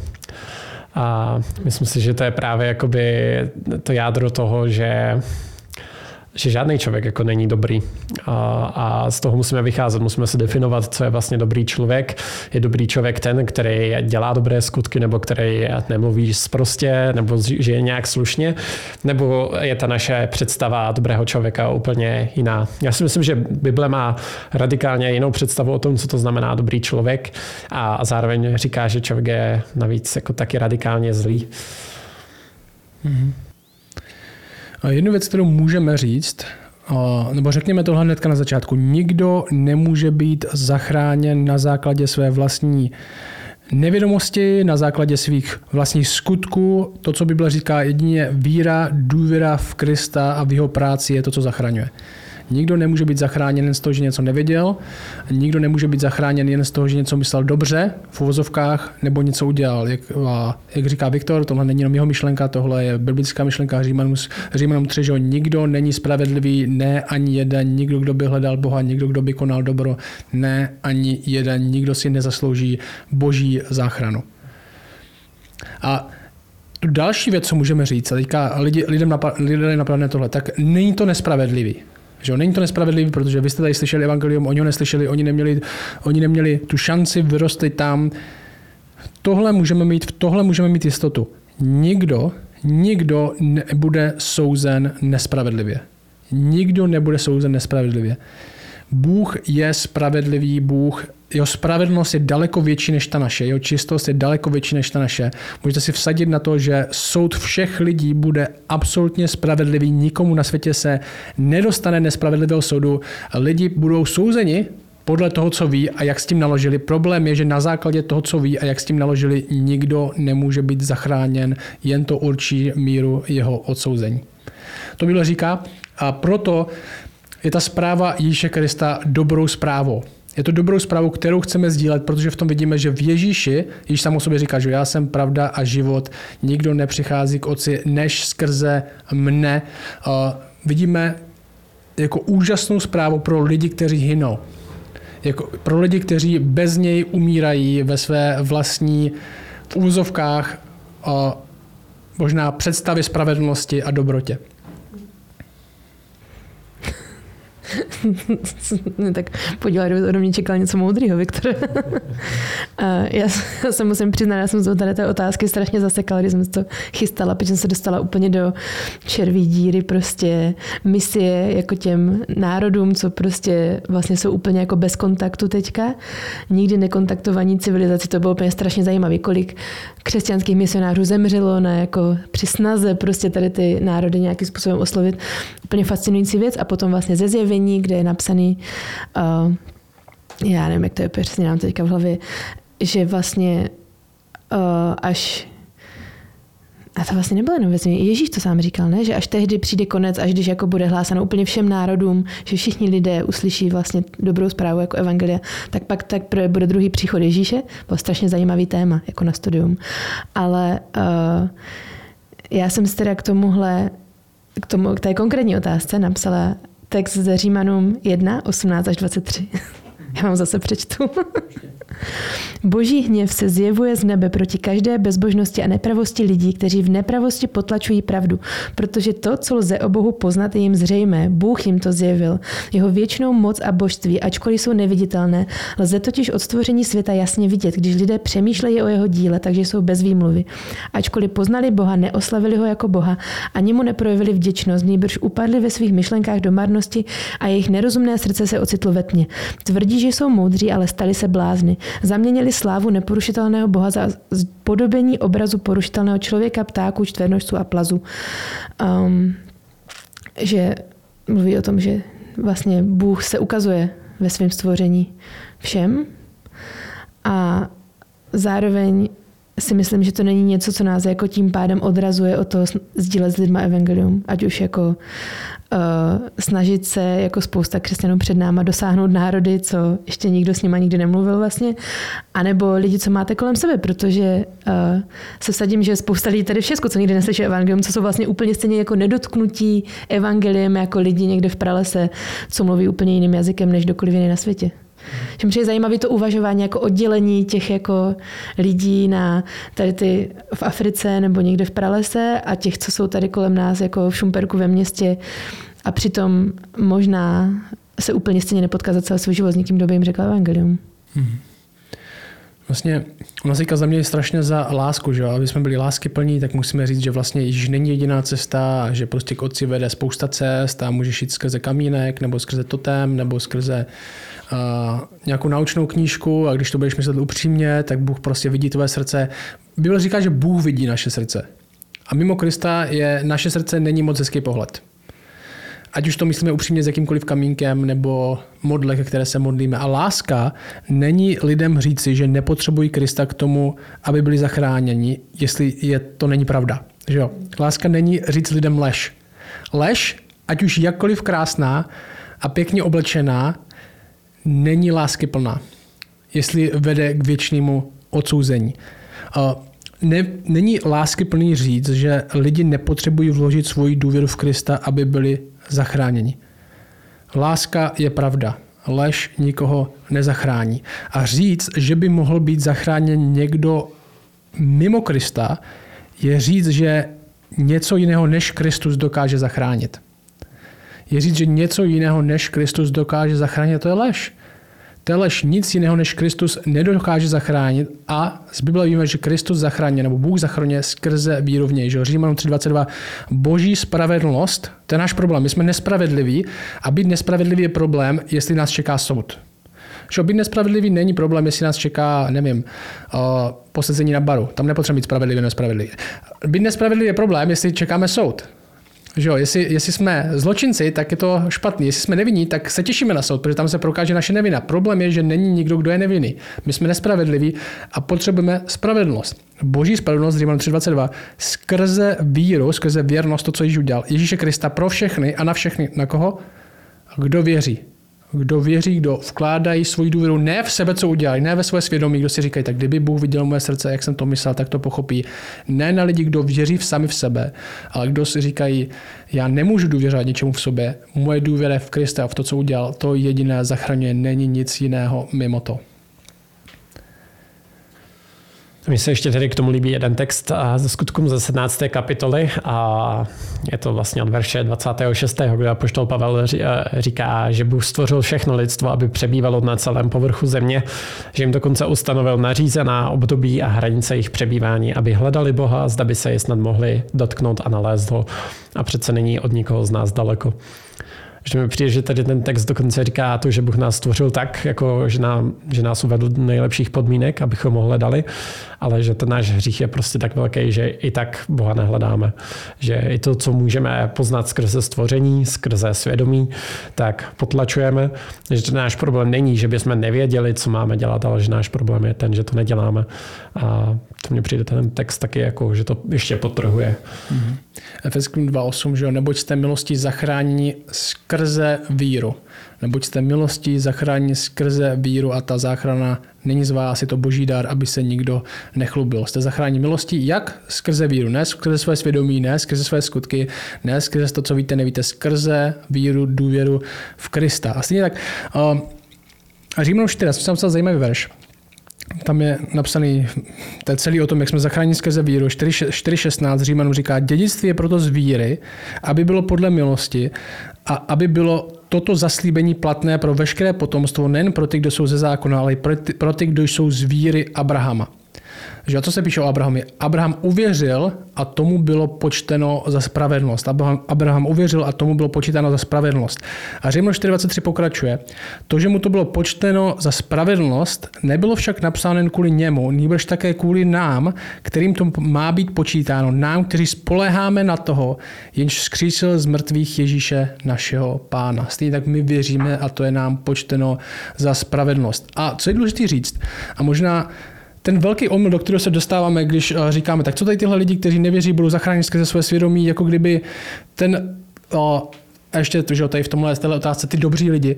A myslím si, že to je právě jakoby to jádro toho, že žádný člověk jako není dobrý. A z toho musíme vycházet, musíme se definovat, co je vlastně dobrý člověk. Je dobrý člověk ten, který dělá dobré skutky, nebo který nemluví sprostě, nebo žije nějak slušně, nebo je ta naše představa dobrého člověka úplně jiná. Já si myslím, že Bible má radikálně jinou představu o tom, co to znamená dobrý člověk a zároveň říká, že člověk je navíc jako taky radikálně zlý. Mm-hmm. A jednu věc, kterou můžeme říct, nebo řekněme tohle hnedka na začátku, nikdo nemůže být zachráněn na základě své vlastní nevědomosti, na základě svých vlastních skutků. To, co Bible říká, jedině víra, důvěra v Krista a v jeho práci je to, co zachraňuje. Nikdo nemůže být zachráněn jen z toho, že něco nevěděl. Nikdo nemůže být zachráněn jen z toho, že něco myslel dobře v uvozovkách nebo něco udělal. Jak říká Viktor, tohle není jenom jeho myšlenka, tohle je biblická myšlenka Římanům 3, že nikdo není spravedlivý, ne ani jeden, nikdo, kdo by hledal Boha, nikdo, kdo by konal dobro, ne ani jeden, nikdo si nezaslouží boží záchranu. A další věc, co můžeme říct, a teďka lidem napadne tohle, tak není to nespravedlivý. Že není to nespravedlivý, protože vy jste tady slyšeli evangelium, oni ho neslyšeli, oni neměli tu šanci vyrostlit tam. V tohle můžeme mít jistotu. Nikdo nebude souzen nespravedlivě. Nikdo nebude souzen nespravedlivě. Bůh je spravedlivý Bůh, jeho spravedlnost je daleko větší než ta naše, jeho čistost je daleko větší než ta naše. Můžete si vsadit na to, že soud všech lidí bude absolutně spravedlivý, nikomu na světě se nedostane nespravedlivého soudu. Lidi budou souzeni podle toho, co ví a jak s tím naložili. Problém je, že na základě toho, co ví a jak s tím naložili, nikdo nemůže být zachráněn, jen to určí míru jeho odsouzení. To Bible říká a proto je ta zpráva Ježíše Krista dobrou zprávou. Je to dobrou zprávou, kterou chceme sdílet, protože v tom vidíme, že v Ježíši, Ježíš sám o sobě říká, že já jsem pravda a život, nikdo nepřichází k Otci než skrze mne. Vidíme jako úžasnou zprávu pro lidi, kteří hynou. Jako pro lidi, kteří bez něj umírají ve své vlastní v úvozovkách možná představě spravedlnosti a dobrotě. Tak podívat, ode mě čekala něco moudrýho, Viktor. Já se musím přiznat, já jsem z tady té otázky strašně zasekala, když jsem to chystala, protože jsem se dostala úplně do červí díry prostě misie jako těm národům, co prostě vlastně jsou úplně jako bez kontaktu teďka. Nikdy nekontaktovaní civilizaci, to bylo úplně strašně zajímavé, kolik křesťanských misionářů zemřelo na jako při snaze prostě tady ty národy nějakým způsobem oslovit. Úplně fascinující věc a potom vlastně ze Zjevení, kde je napsaný, já nevím, jak to je přesně, nám teďka v hlavě, že vlastně až, a to vlastně nebylo jenom věc, Ježíš to sám říkal, ne? Že až tehdy přijde konec, až když jako bude hlásáno úplně všem národům, že všichni lidé uslyší vlastně dobrou zprávu jako evangelia, tak pak bude druhý příchod Ježíše. Bylo strašně zajímavý téma, jako na studium. Ale já jsem si teda k té konkrétní otázce napsala text ze Římanům 1, 18 až 23. Já vám zase přečtu. Boží hněv se zjevuje z nebe proti každé bezbožnosti a nepravosti lidí, kteří v nepravosti potlačují pravdu, protože to, co lze o Bohu poznat, je jim zřejmé. Bůh jim to zjevil. Jeho věčnou moc a božství, ačkoliv jsou neviditelné, lze totiž od stvoření světa jasně vidět, když lidé přemýšlejí o jeho díle, takže jsou bez výmluvy. Ačkoliv poznali Boha, neoslavili ho jako Boha, ani mu neprojevili vděčnost, nýbrž upadli ve svých myšlenkách do marnosti a jejich nerozumné srdce se ocitlo ve tmě. Tvrdí, že jsou moudří, ale stali se blázni. Zaměnili slávu neporušitelného Boha za podobení obrazu porušitelného člověka, ptáků, čtvernožců a plazů. Že mluví o tom, že vlastně Bůh se ukazuje ve svém stvoření všem a zároveň si myslím, že to není něco, co nás jako tím pádem odrazuje o to sdílet s lidma evangelium. Ať už jako snažit se jako spousta křesťanů před náma dosáhnout národy, co ještě nikdo s nima nikdy nemluvil vlastně, anebo lidi, co máte kolem sebe, protože se vsadím, že spousta lidí tady v Česku, co nikdy neslyší evangelium, co jsou vlastně úplně stejně jako nedotknutí evangeliem jako lidi někde v pralese, co mluví úplně jiným jazykem než kdokoliv jiný na světě. Že mi je zajímavé to uvažování jako oddělení těch jako lidí na tady ty v Africe nebo někde v pralese a těch, co jsou tady kolem nás jako v Šumperku ve městě a přitom možná se úplně stejně nepotká za celý svůj život s někým, kdo by jim řekl evangelium. Vlastně ona se za mě je strašně za lásku, že aby jsme byli láskyplní, tak musíme říct, že vlastně Ježíš není jediná cesta, že prostě k Otci vede spousta cest a můžeš jít skrze kamínek, nebo skrze totem, nebo skrze nějakou naučnou knížku a když to budeš myslet upřímně, tak Bůh prostě vidí tvoje srdce. Bible říká, že Bůh vidí naše srdce. A mimo Krista naše srdce není moc hezký pohled. Ať už to myslíme upřímně s jakýmkoliv kamínkem nebo modlech, které se modlíme. A láska není lidem říci, že nepotřebují Krista k tomu, aby byli zachráněni, jestli to není pravda. Že jo? Láska není říct lidem lež. Lež, ať už jakkoliv krásná a pěkně oblečená, není láskyplná, jestli vede k věčnému odsouzení. Není láskyplný říct, že lidi nepotřebují vložit svoji důvěru v Krista, aby byli zachráněni. Láska je pravda. Lež nikoho nezachrání. A říct, že by mohl být zachráněn někdo mimo Krista, je říct, že něco jiného než Kristus dokáže zachránit. Je říct, že něco jiného než Kristus dokáže zachránit, to je lež. To je lež, nic jiného než Kristus nedokáže zachránit a z Bible víme, že Kristus zachrání, nebo Bůh zachraňuje skrze víru v něj. Římanům 3:22. Boží spravedlnost, to je náš problém. My jsme nespravedliví a být nespravedlivý je problém, jestli nás čeká soud. Že být nespravedlivý není problém, jestli nás čeká, nevím, posezení na baru. Tam nepotřebujeme být spravedlivý, nespravedlivý. Být nespravedlivý je problém, jestli čekáme soud. Že jo, jestli jsme zločinci, tak je to špatný. Jestli jsme nevinní, tak se těšíme na soud, protože tam se prokáže naše nevina. Problém je, že není nikdo, kdo je nevinný. My jsme nespravedliví a potřebujeme spravedlnost. Boží spravedlnost, Římanům 3:22, skrze víru, skrze věrnost, to, co Ježíš udělal. Ježíše Krista pro všechny a na všechny. Na koho? Kdo věří. Kdo věří, kdo vkládají svoji důvěru ne v sebe, co udělají, ne ve své svědomí, kdo si říkají, tak kdyby Bůh viděl moje srdce, jak jsem to myslel, tak to pochopí. Ne na lidi, kdo věří sami v sebe, ale kdo si říkají, já nemůžu důvěřovat něčemu v sobě, moje důvěra v Krista, v to, co udělal, to jediné zachraňuje, není nic jiného mimo to. Mně se ještě tedy k tomu líbí jeden text ze Skutkům ze 17. kapitoly a je to vlastně od verše 26., kde apoštol Pavel říká, že Bůh stvořil všechno lidstvo, aby přebývalo na celém povrchu země, že jim dokonce ustanovil nařízená období a hranice jejich přebývání, aby hledali Boha, zda by se je snad mohli dotknout a nalézt ho. A přece není od nikoho z nás daleko. Že mi přijde, že tady ten text dokonce říká to, že Bůh nás stvořil tak, jako že nás uvedl do nejlepších podmínek, abychom ho hledali, ale že ten náš hřích je prostě tak velký, že i tak Boha nehledáme. Že i to, co můžeme poznat skrze stvoření, skrze svědomí, tak potlačujeme. Že ten náš problém není, že bychom nevěděli, co máme dělat, ale že náš problém je ten, že to neděláme. A to mně přijde ten text taky, jako, že to ještě podtrhuje. Efeským 2:8, že jo, neboť jste milostí zachráněni skrze víru. Neboť jste milostí zachráněni skrze víru a ta záchrana není z vás, je to boží dar, aby se nikdo nechlubil. Jste zachráněni milostí jak skrze víru, ne skrze své svědomí, ne skrze své skutky, ne skrze to, co víte, nevíte, skrze víru, důvěru v Krista. A stejně tak, Římanům 4, jsem napsal zajímavý verš. Tam je napsaný, to je celý o tom, jak jsme zachráněni skrze víru. 4:16 Římanům říká, dědictví je proto z víry, aby bylo podle milosti a aby bylo toto zaslíbení platné pro veškeré potomstvo, nejen pro ty, kdo jsou ze zákona, ale i pro ty, kdo jsou z víry Abrahama. Že a co se píše o Abrahamovi? Abraham uvěřil a tomu bylo počteno za spravedlnost. Abraham uvěřil a tomu bylo počítáno za spravedlnost. A Římanům 4:23 pokračuje. To, že mu to bylo počteno za spravedlnost, nebylo však napsáno jen kvůli němu, nýbrž také kvůli nám, kterým to má být počítáno. Nám, kteří spoléháme na toho, jenž vzkřísil z mrtvých Ježíše našeho Pána. Stejně tak my věříme a to je nám počteno za spravedlnost. A co je důležité říct, a možná ten velký omyl, do kterého se dostáváme, když říkáme, tak co tady tyhle lidi, kteří nevěří, budou zachráněni skrze své svědomí, jako kdyby a ještě to, že tady v téhle otázce ty dobří lidi,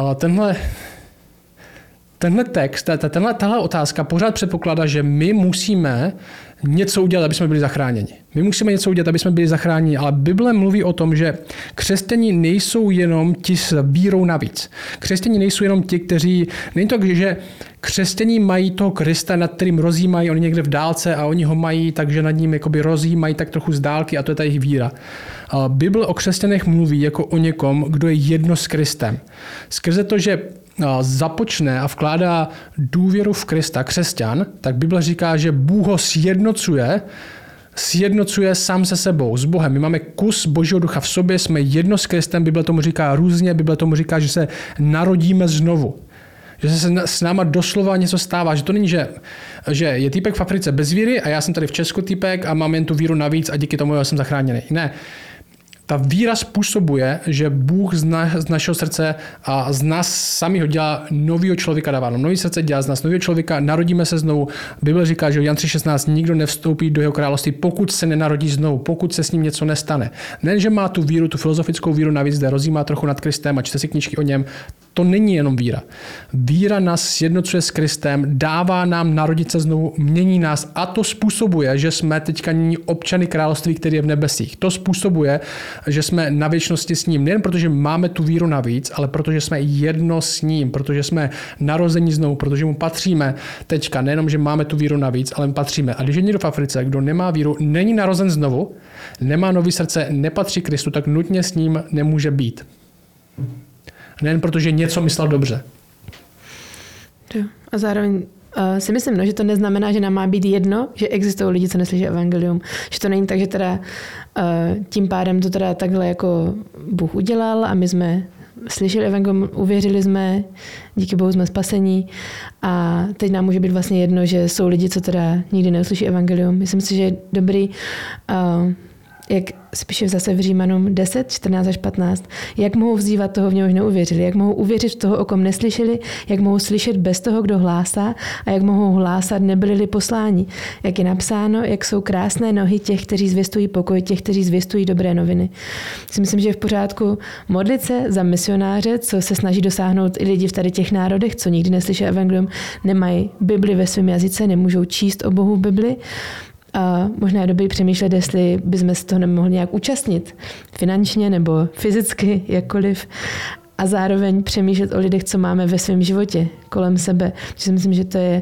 tenhle text, tahle otázka pořád předpokládá, že my musíme něco udělat, aby jsme byli zachráněni. My musíme něco udělat, aby jsme byli zachráněni, ale Bible mluví o tom, že křesťané nejsou jenom ti s vírou navíc. Křesťané nejsou jenom ti, kteří... Není to, že křesťané mají toho Krista, nad kterým rozjímají, oni někde v dálce a oni ho mají, takže nad ním jakoby rozjímají tak trochu z dálky a to je ta jejich víra. Bible o křesťanech mluví jako o někom, kdo je jedno s Kristem. Skrze to, že započne a vkládá důvěru v Krista křesťan, tak Bible říká, že Bůh ho sjednocuje sám se sebou, s Bohem. My máme kus Božího ducha v sobě, jsme jedno s Kristem, Bible tomu říká různě, Bible tomu říká, že se narodíme znovu. Že se s náma doslova něco stává, že to není, že je týpek v Africe bez víry a já jsem tady v Česku týpek a mám jen tu víru navíc a díky tomu já jsem zachráněný. Ne. Ta víra způsobuje, že Bůh z našeho srdce a z nás samého dělá novýho člověka, dává nám nový srdce, dělá z nás novýho člověka, narodíme se znovu. Bible říká, že Jan 3.16 nikdo nevstoupí do jeho království, pokud se nenarodí znovu, pokud se s ním něco nestane. Ne, že má tu víru, tu filozofickou víru navíc, kde rozjímá trochu nad Kristem a čte si knížky o něm. To není jenom víra. Víra nás sjednocuje s Kristem, dává nám narodit se znovu, mění nás a to způsobuje, že jsme teďka občany království, který je v nebesích. To způsobuje, že jsme na věčnosti s ním. Nejen protože máme tu víru navíc, ale protože jsme jedno s ním, protože jsme narození znovu, protože mu patříme teďka. Nejenom, že máme tu víru navíc, ale mu patříme. A když je někdo v Africe, kdo nemá víru, není narozen znovu, nemá nový srdce, nepatří Kristu, tak nutně s ním nemůže být. Nejen protože něco myslel dobře. A zároveň si myslím, že to neznamená, že nám má být jedno, že existují lidi, co neslyší evangelium. Že to není tak, že teda tím pádem to teda takhle jako Bůh udělal a my jsme slyšeli evangelium, uvěřili jsme, díky Bohu jsme spasení a teď nám může být vlastně jedno, že jsou lidi, co teda nikdy neuslyší evangelium. Myslím si, že je dobrý jak spíše zase v Římanům 10, 14 až 15, jak mohou vzývat toho, v něhož neuvěřili, jak mohou uvěřit v toho, o kom neslyšeli, jak mohou slyšet bez toho, kdo hlásá a jak mohou hlásat, nebyli-li posláni. Jak je napsáno, jak jsou krásné nohy těch, kteří zvěstují pokoj, těch, kteří zvěstují dobré noviny. Myslím, že je v pořádku modlit se za misionáře, co se snaží dosáhnout i lidi v tady těch národech, co nikdy neslyší evangelium, nemají Bibli ve svém jazyce, nemůžou číst o Bohu v Bibli. A možná je dobrý přemýšlet, jestli bychom se toho nemohli nějak účastnit finančně nebo fyzicky, jakkoliv. A zároveň přemýšlet o lidech, co máme ve svém životě kolem sebe. Protože si myslím, že to je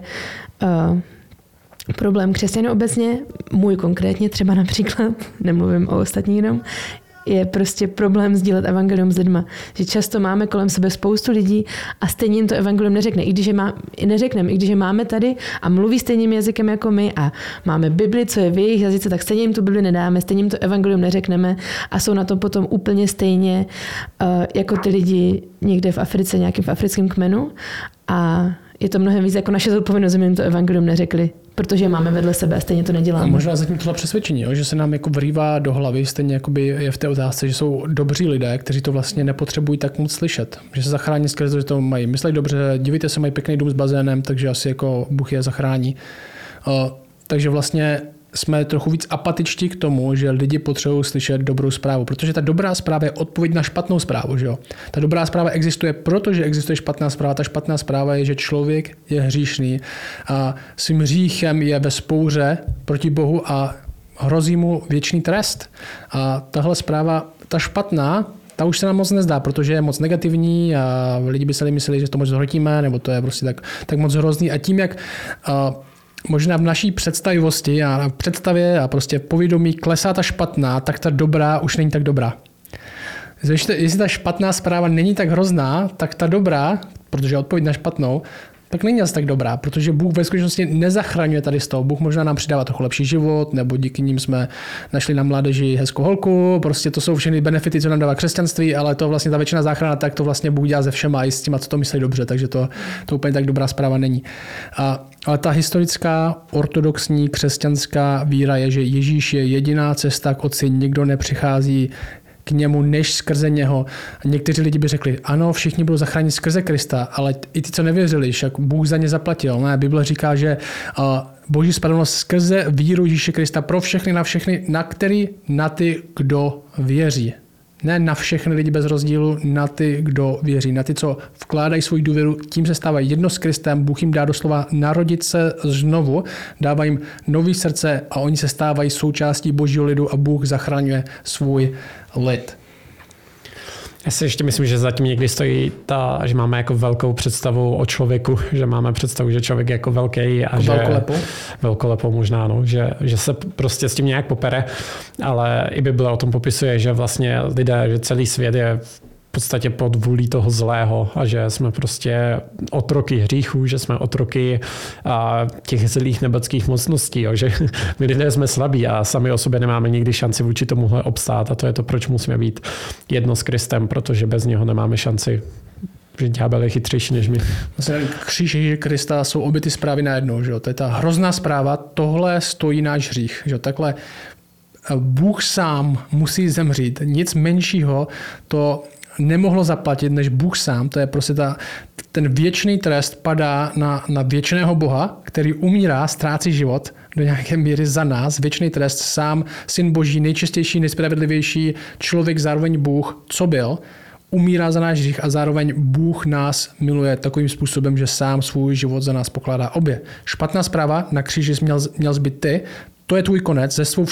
problém křesťanů obecně, můj konkrétně třeba například, nemluvím o ostatních jenom, je prostě problém sdílet evangelium s lidma. Že často máme kolem sebe spoustu lidí a stejně jim to evangelium neřekne. I když je máme tady a mluví stejným jazykem jako my a máme Bibli, co je v jejich jazyce, tak stejně jim tu Bibli nedáme, stejně jim to evangelium neřekneme a jsou na to potom úplně stejně jako ty lidi někde v Africe, nějakým v africkém kmenu a je to mnohem víc jako naše zodpovědnost, že my jim to evangelium neřekli, protože máme vedle sebe a stejně to neděláme. A možná zatím tohle přesvědčení, že se nám jako vrývá do hlavy, stejně jakoby je v té otázce, že jsou dobří lidé, kteří to vlastně nepotřebují tak moc slyšet. Že se zachrání skrze to, že to mají myslet dobře, dívejte se, mají pěkný dům s bazénem, takže asi jako Bůh je zachrání. Takže vlastně jsme trochu víc apatičtí k tomu, že lidi potřebují slyšet dobrou zprávu, protože ta dobrá zpráva je odpověď na špatnou zprávu. Že jo? Ta dobrá zpráva existuje, protože existuje špatná zpráva. Ta špatná zpráva je, že člověk je hříšný a svým hříchem je ve spouře proti Bohu a hrozí mu věčný trest. A tahle zpráva, ta špatná, ta už se nám moc nezdá, protože je moc negativní a lidi by se mysleli, že to moc zhrotíme, nebo to je prostě tak moc hrozný. A tím, jak možná v naší představivosti a představě a prostě povědomí klesá ta špatná, tak ta dobrá už není tak dobrá. Jestli ta špatná zpráva není tak hrozná, tak ta dobrá, protože je odpověď na špatnou, tak není asi tak dobrá, protože Bůh ve skutečnosti nezachraňuje tady z toho. Bůh možná nám přidává trochu lepší život, nebo díky ním jsme našli na mládeži hezkou holku, prostě to jsou všechny benefity, co nám dává křesťanství, ale to vlastně ta většina záchrana, tak to vlastně Bůh dělá se všema i s těma, co to myslí dobře, takže to úplně tak dobrá zpráva není. Ale ta historická ortodoxní křesťanská víra je, že Ježíš je jediná cesta k Otci, nikdo nepřichází k němu než skrze něho. A někteří lidi by řekli, ano, všichni budou zachráněni skrze Krista, ale i ty, co nevěřili, však Bůh za ně zaplatil. Ne, Bible říká, že Boží spravedlnost skrze víru Ježíše Krista pro všechny, na ty, kdo věří. Ne na všechny lidi bez rozdílu, na ty, kdo věří. Na ty, co vkládají svou důvěru, tím se stávají jedno s Kristem. Bůh jim dá doslova narodit se znovu, dává jim nový srdce a oni se stávají součástí Božího lidu a Bůh zachraňuje svůj lid. Já si ještě myslím, že zatím někdy stojí že máme jako velkou představu o člověku, že máme představu, že člověk je jako velký a jako že velkolepou možná, no, že se prostě s tím nějak popere, ale i Bible o tom popisuje, že vlastně lidé, že celý svět je v podstatě pod vůlí toho zlého a že jsme prostě otroky hříchů, že jsme otroky těch zlých nebeských mocností, jo, že my lidé jsme slabí a sami o sobě nemáme nikdy šanci vůči tomuhle obstát a to je to, proč musíme být jedno s Kristem, protože bez něho nemáme šanci. Že ďábel je chytřejší než my. Vlastně kříž Ježíše Krista jsou obě ty zprávy najednou. Že jo? To je ta hrozná zpráva, tohle stojí náš hřích. Že jo? Takhle Bůh sám musí zemřít. Nic menšího to nemohlo zaplatit než Bůh sám. To je prostě ten věčný trest padá na věčného Boha, který umírá, ztrácí život do nějaké míry za nás. Věčný trest sám, Syn Boží, nejčistější, nejspravedlivější člověk, zároveň Bůh, co byl, umírá za náš hřích a zároveň Bůh nás miluje takovým způsobem, že sám svůj život za nás pokládá obě. Špatná zpráva, na kříži jsi měl zbyt ty, to je tvůj konec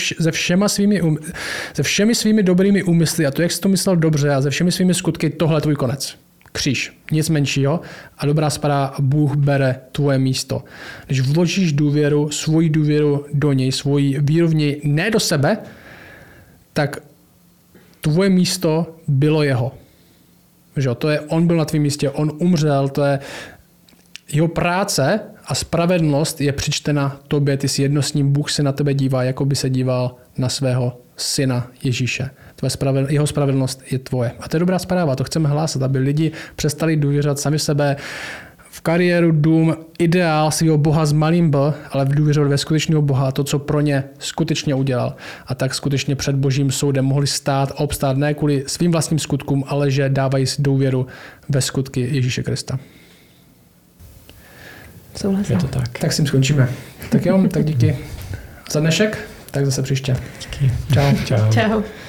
se všemi svými dobrými úmysly a to, jak jsi to myslel dobře a se všemi svými skutky, tohle je tvůj konec. Kříž, nic menšího a dobrá zpráva, Bůh bere tvoje místo. Když vložíš důvěru, svoji důvěru do něj, svoji víru v něj, ne do sebe, tak tvoje místo bylo jeho. Že? On byl na tvém místě, on umřel, to je jeho práce a spravedlnost je přičtena tobě, ty jsi jedno s ním, Bůh se na tebe dívá, jako by se díval na svého syna Ježíše. Jeho spravedlnost je tvoje. A to je dobrá zpráva, to chceme hlásat, aby lidi přestali důvěřovat sami v sebe, v kariéru, dům, ideál svého Boha s malým B, ale důvěřovat ve skutečného Boha, to, co pro ně skutečně udělal. A tak skutečně před Božím soudem mohli stát a obstát ne kvůli svým vlastním skutkům, ale že dávají důvěru ve skutky Ježíše Krista. Souhlasím. Je to tak. Tak s tím skončíme. Tak jo, tak díky za dnešek, tak zase příště. Díky. Čau. Čau. Čau.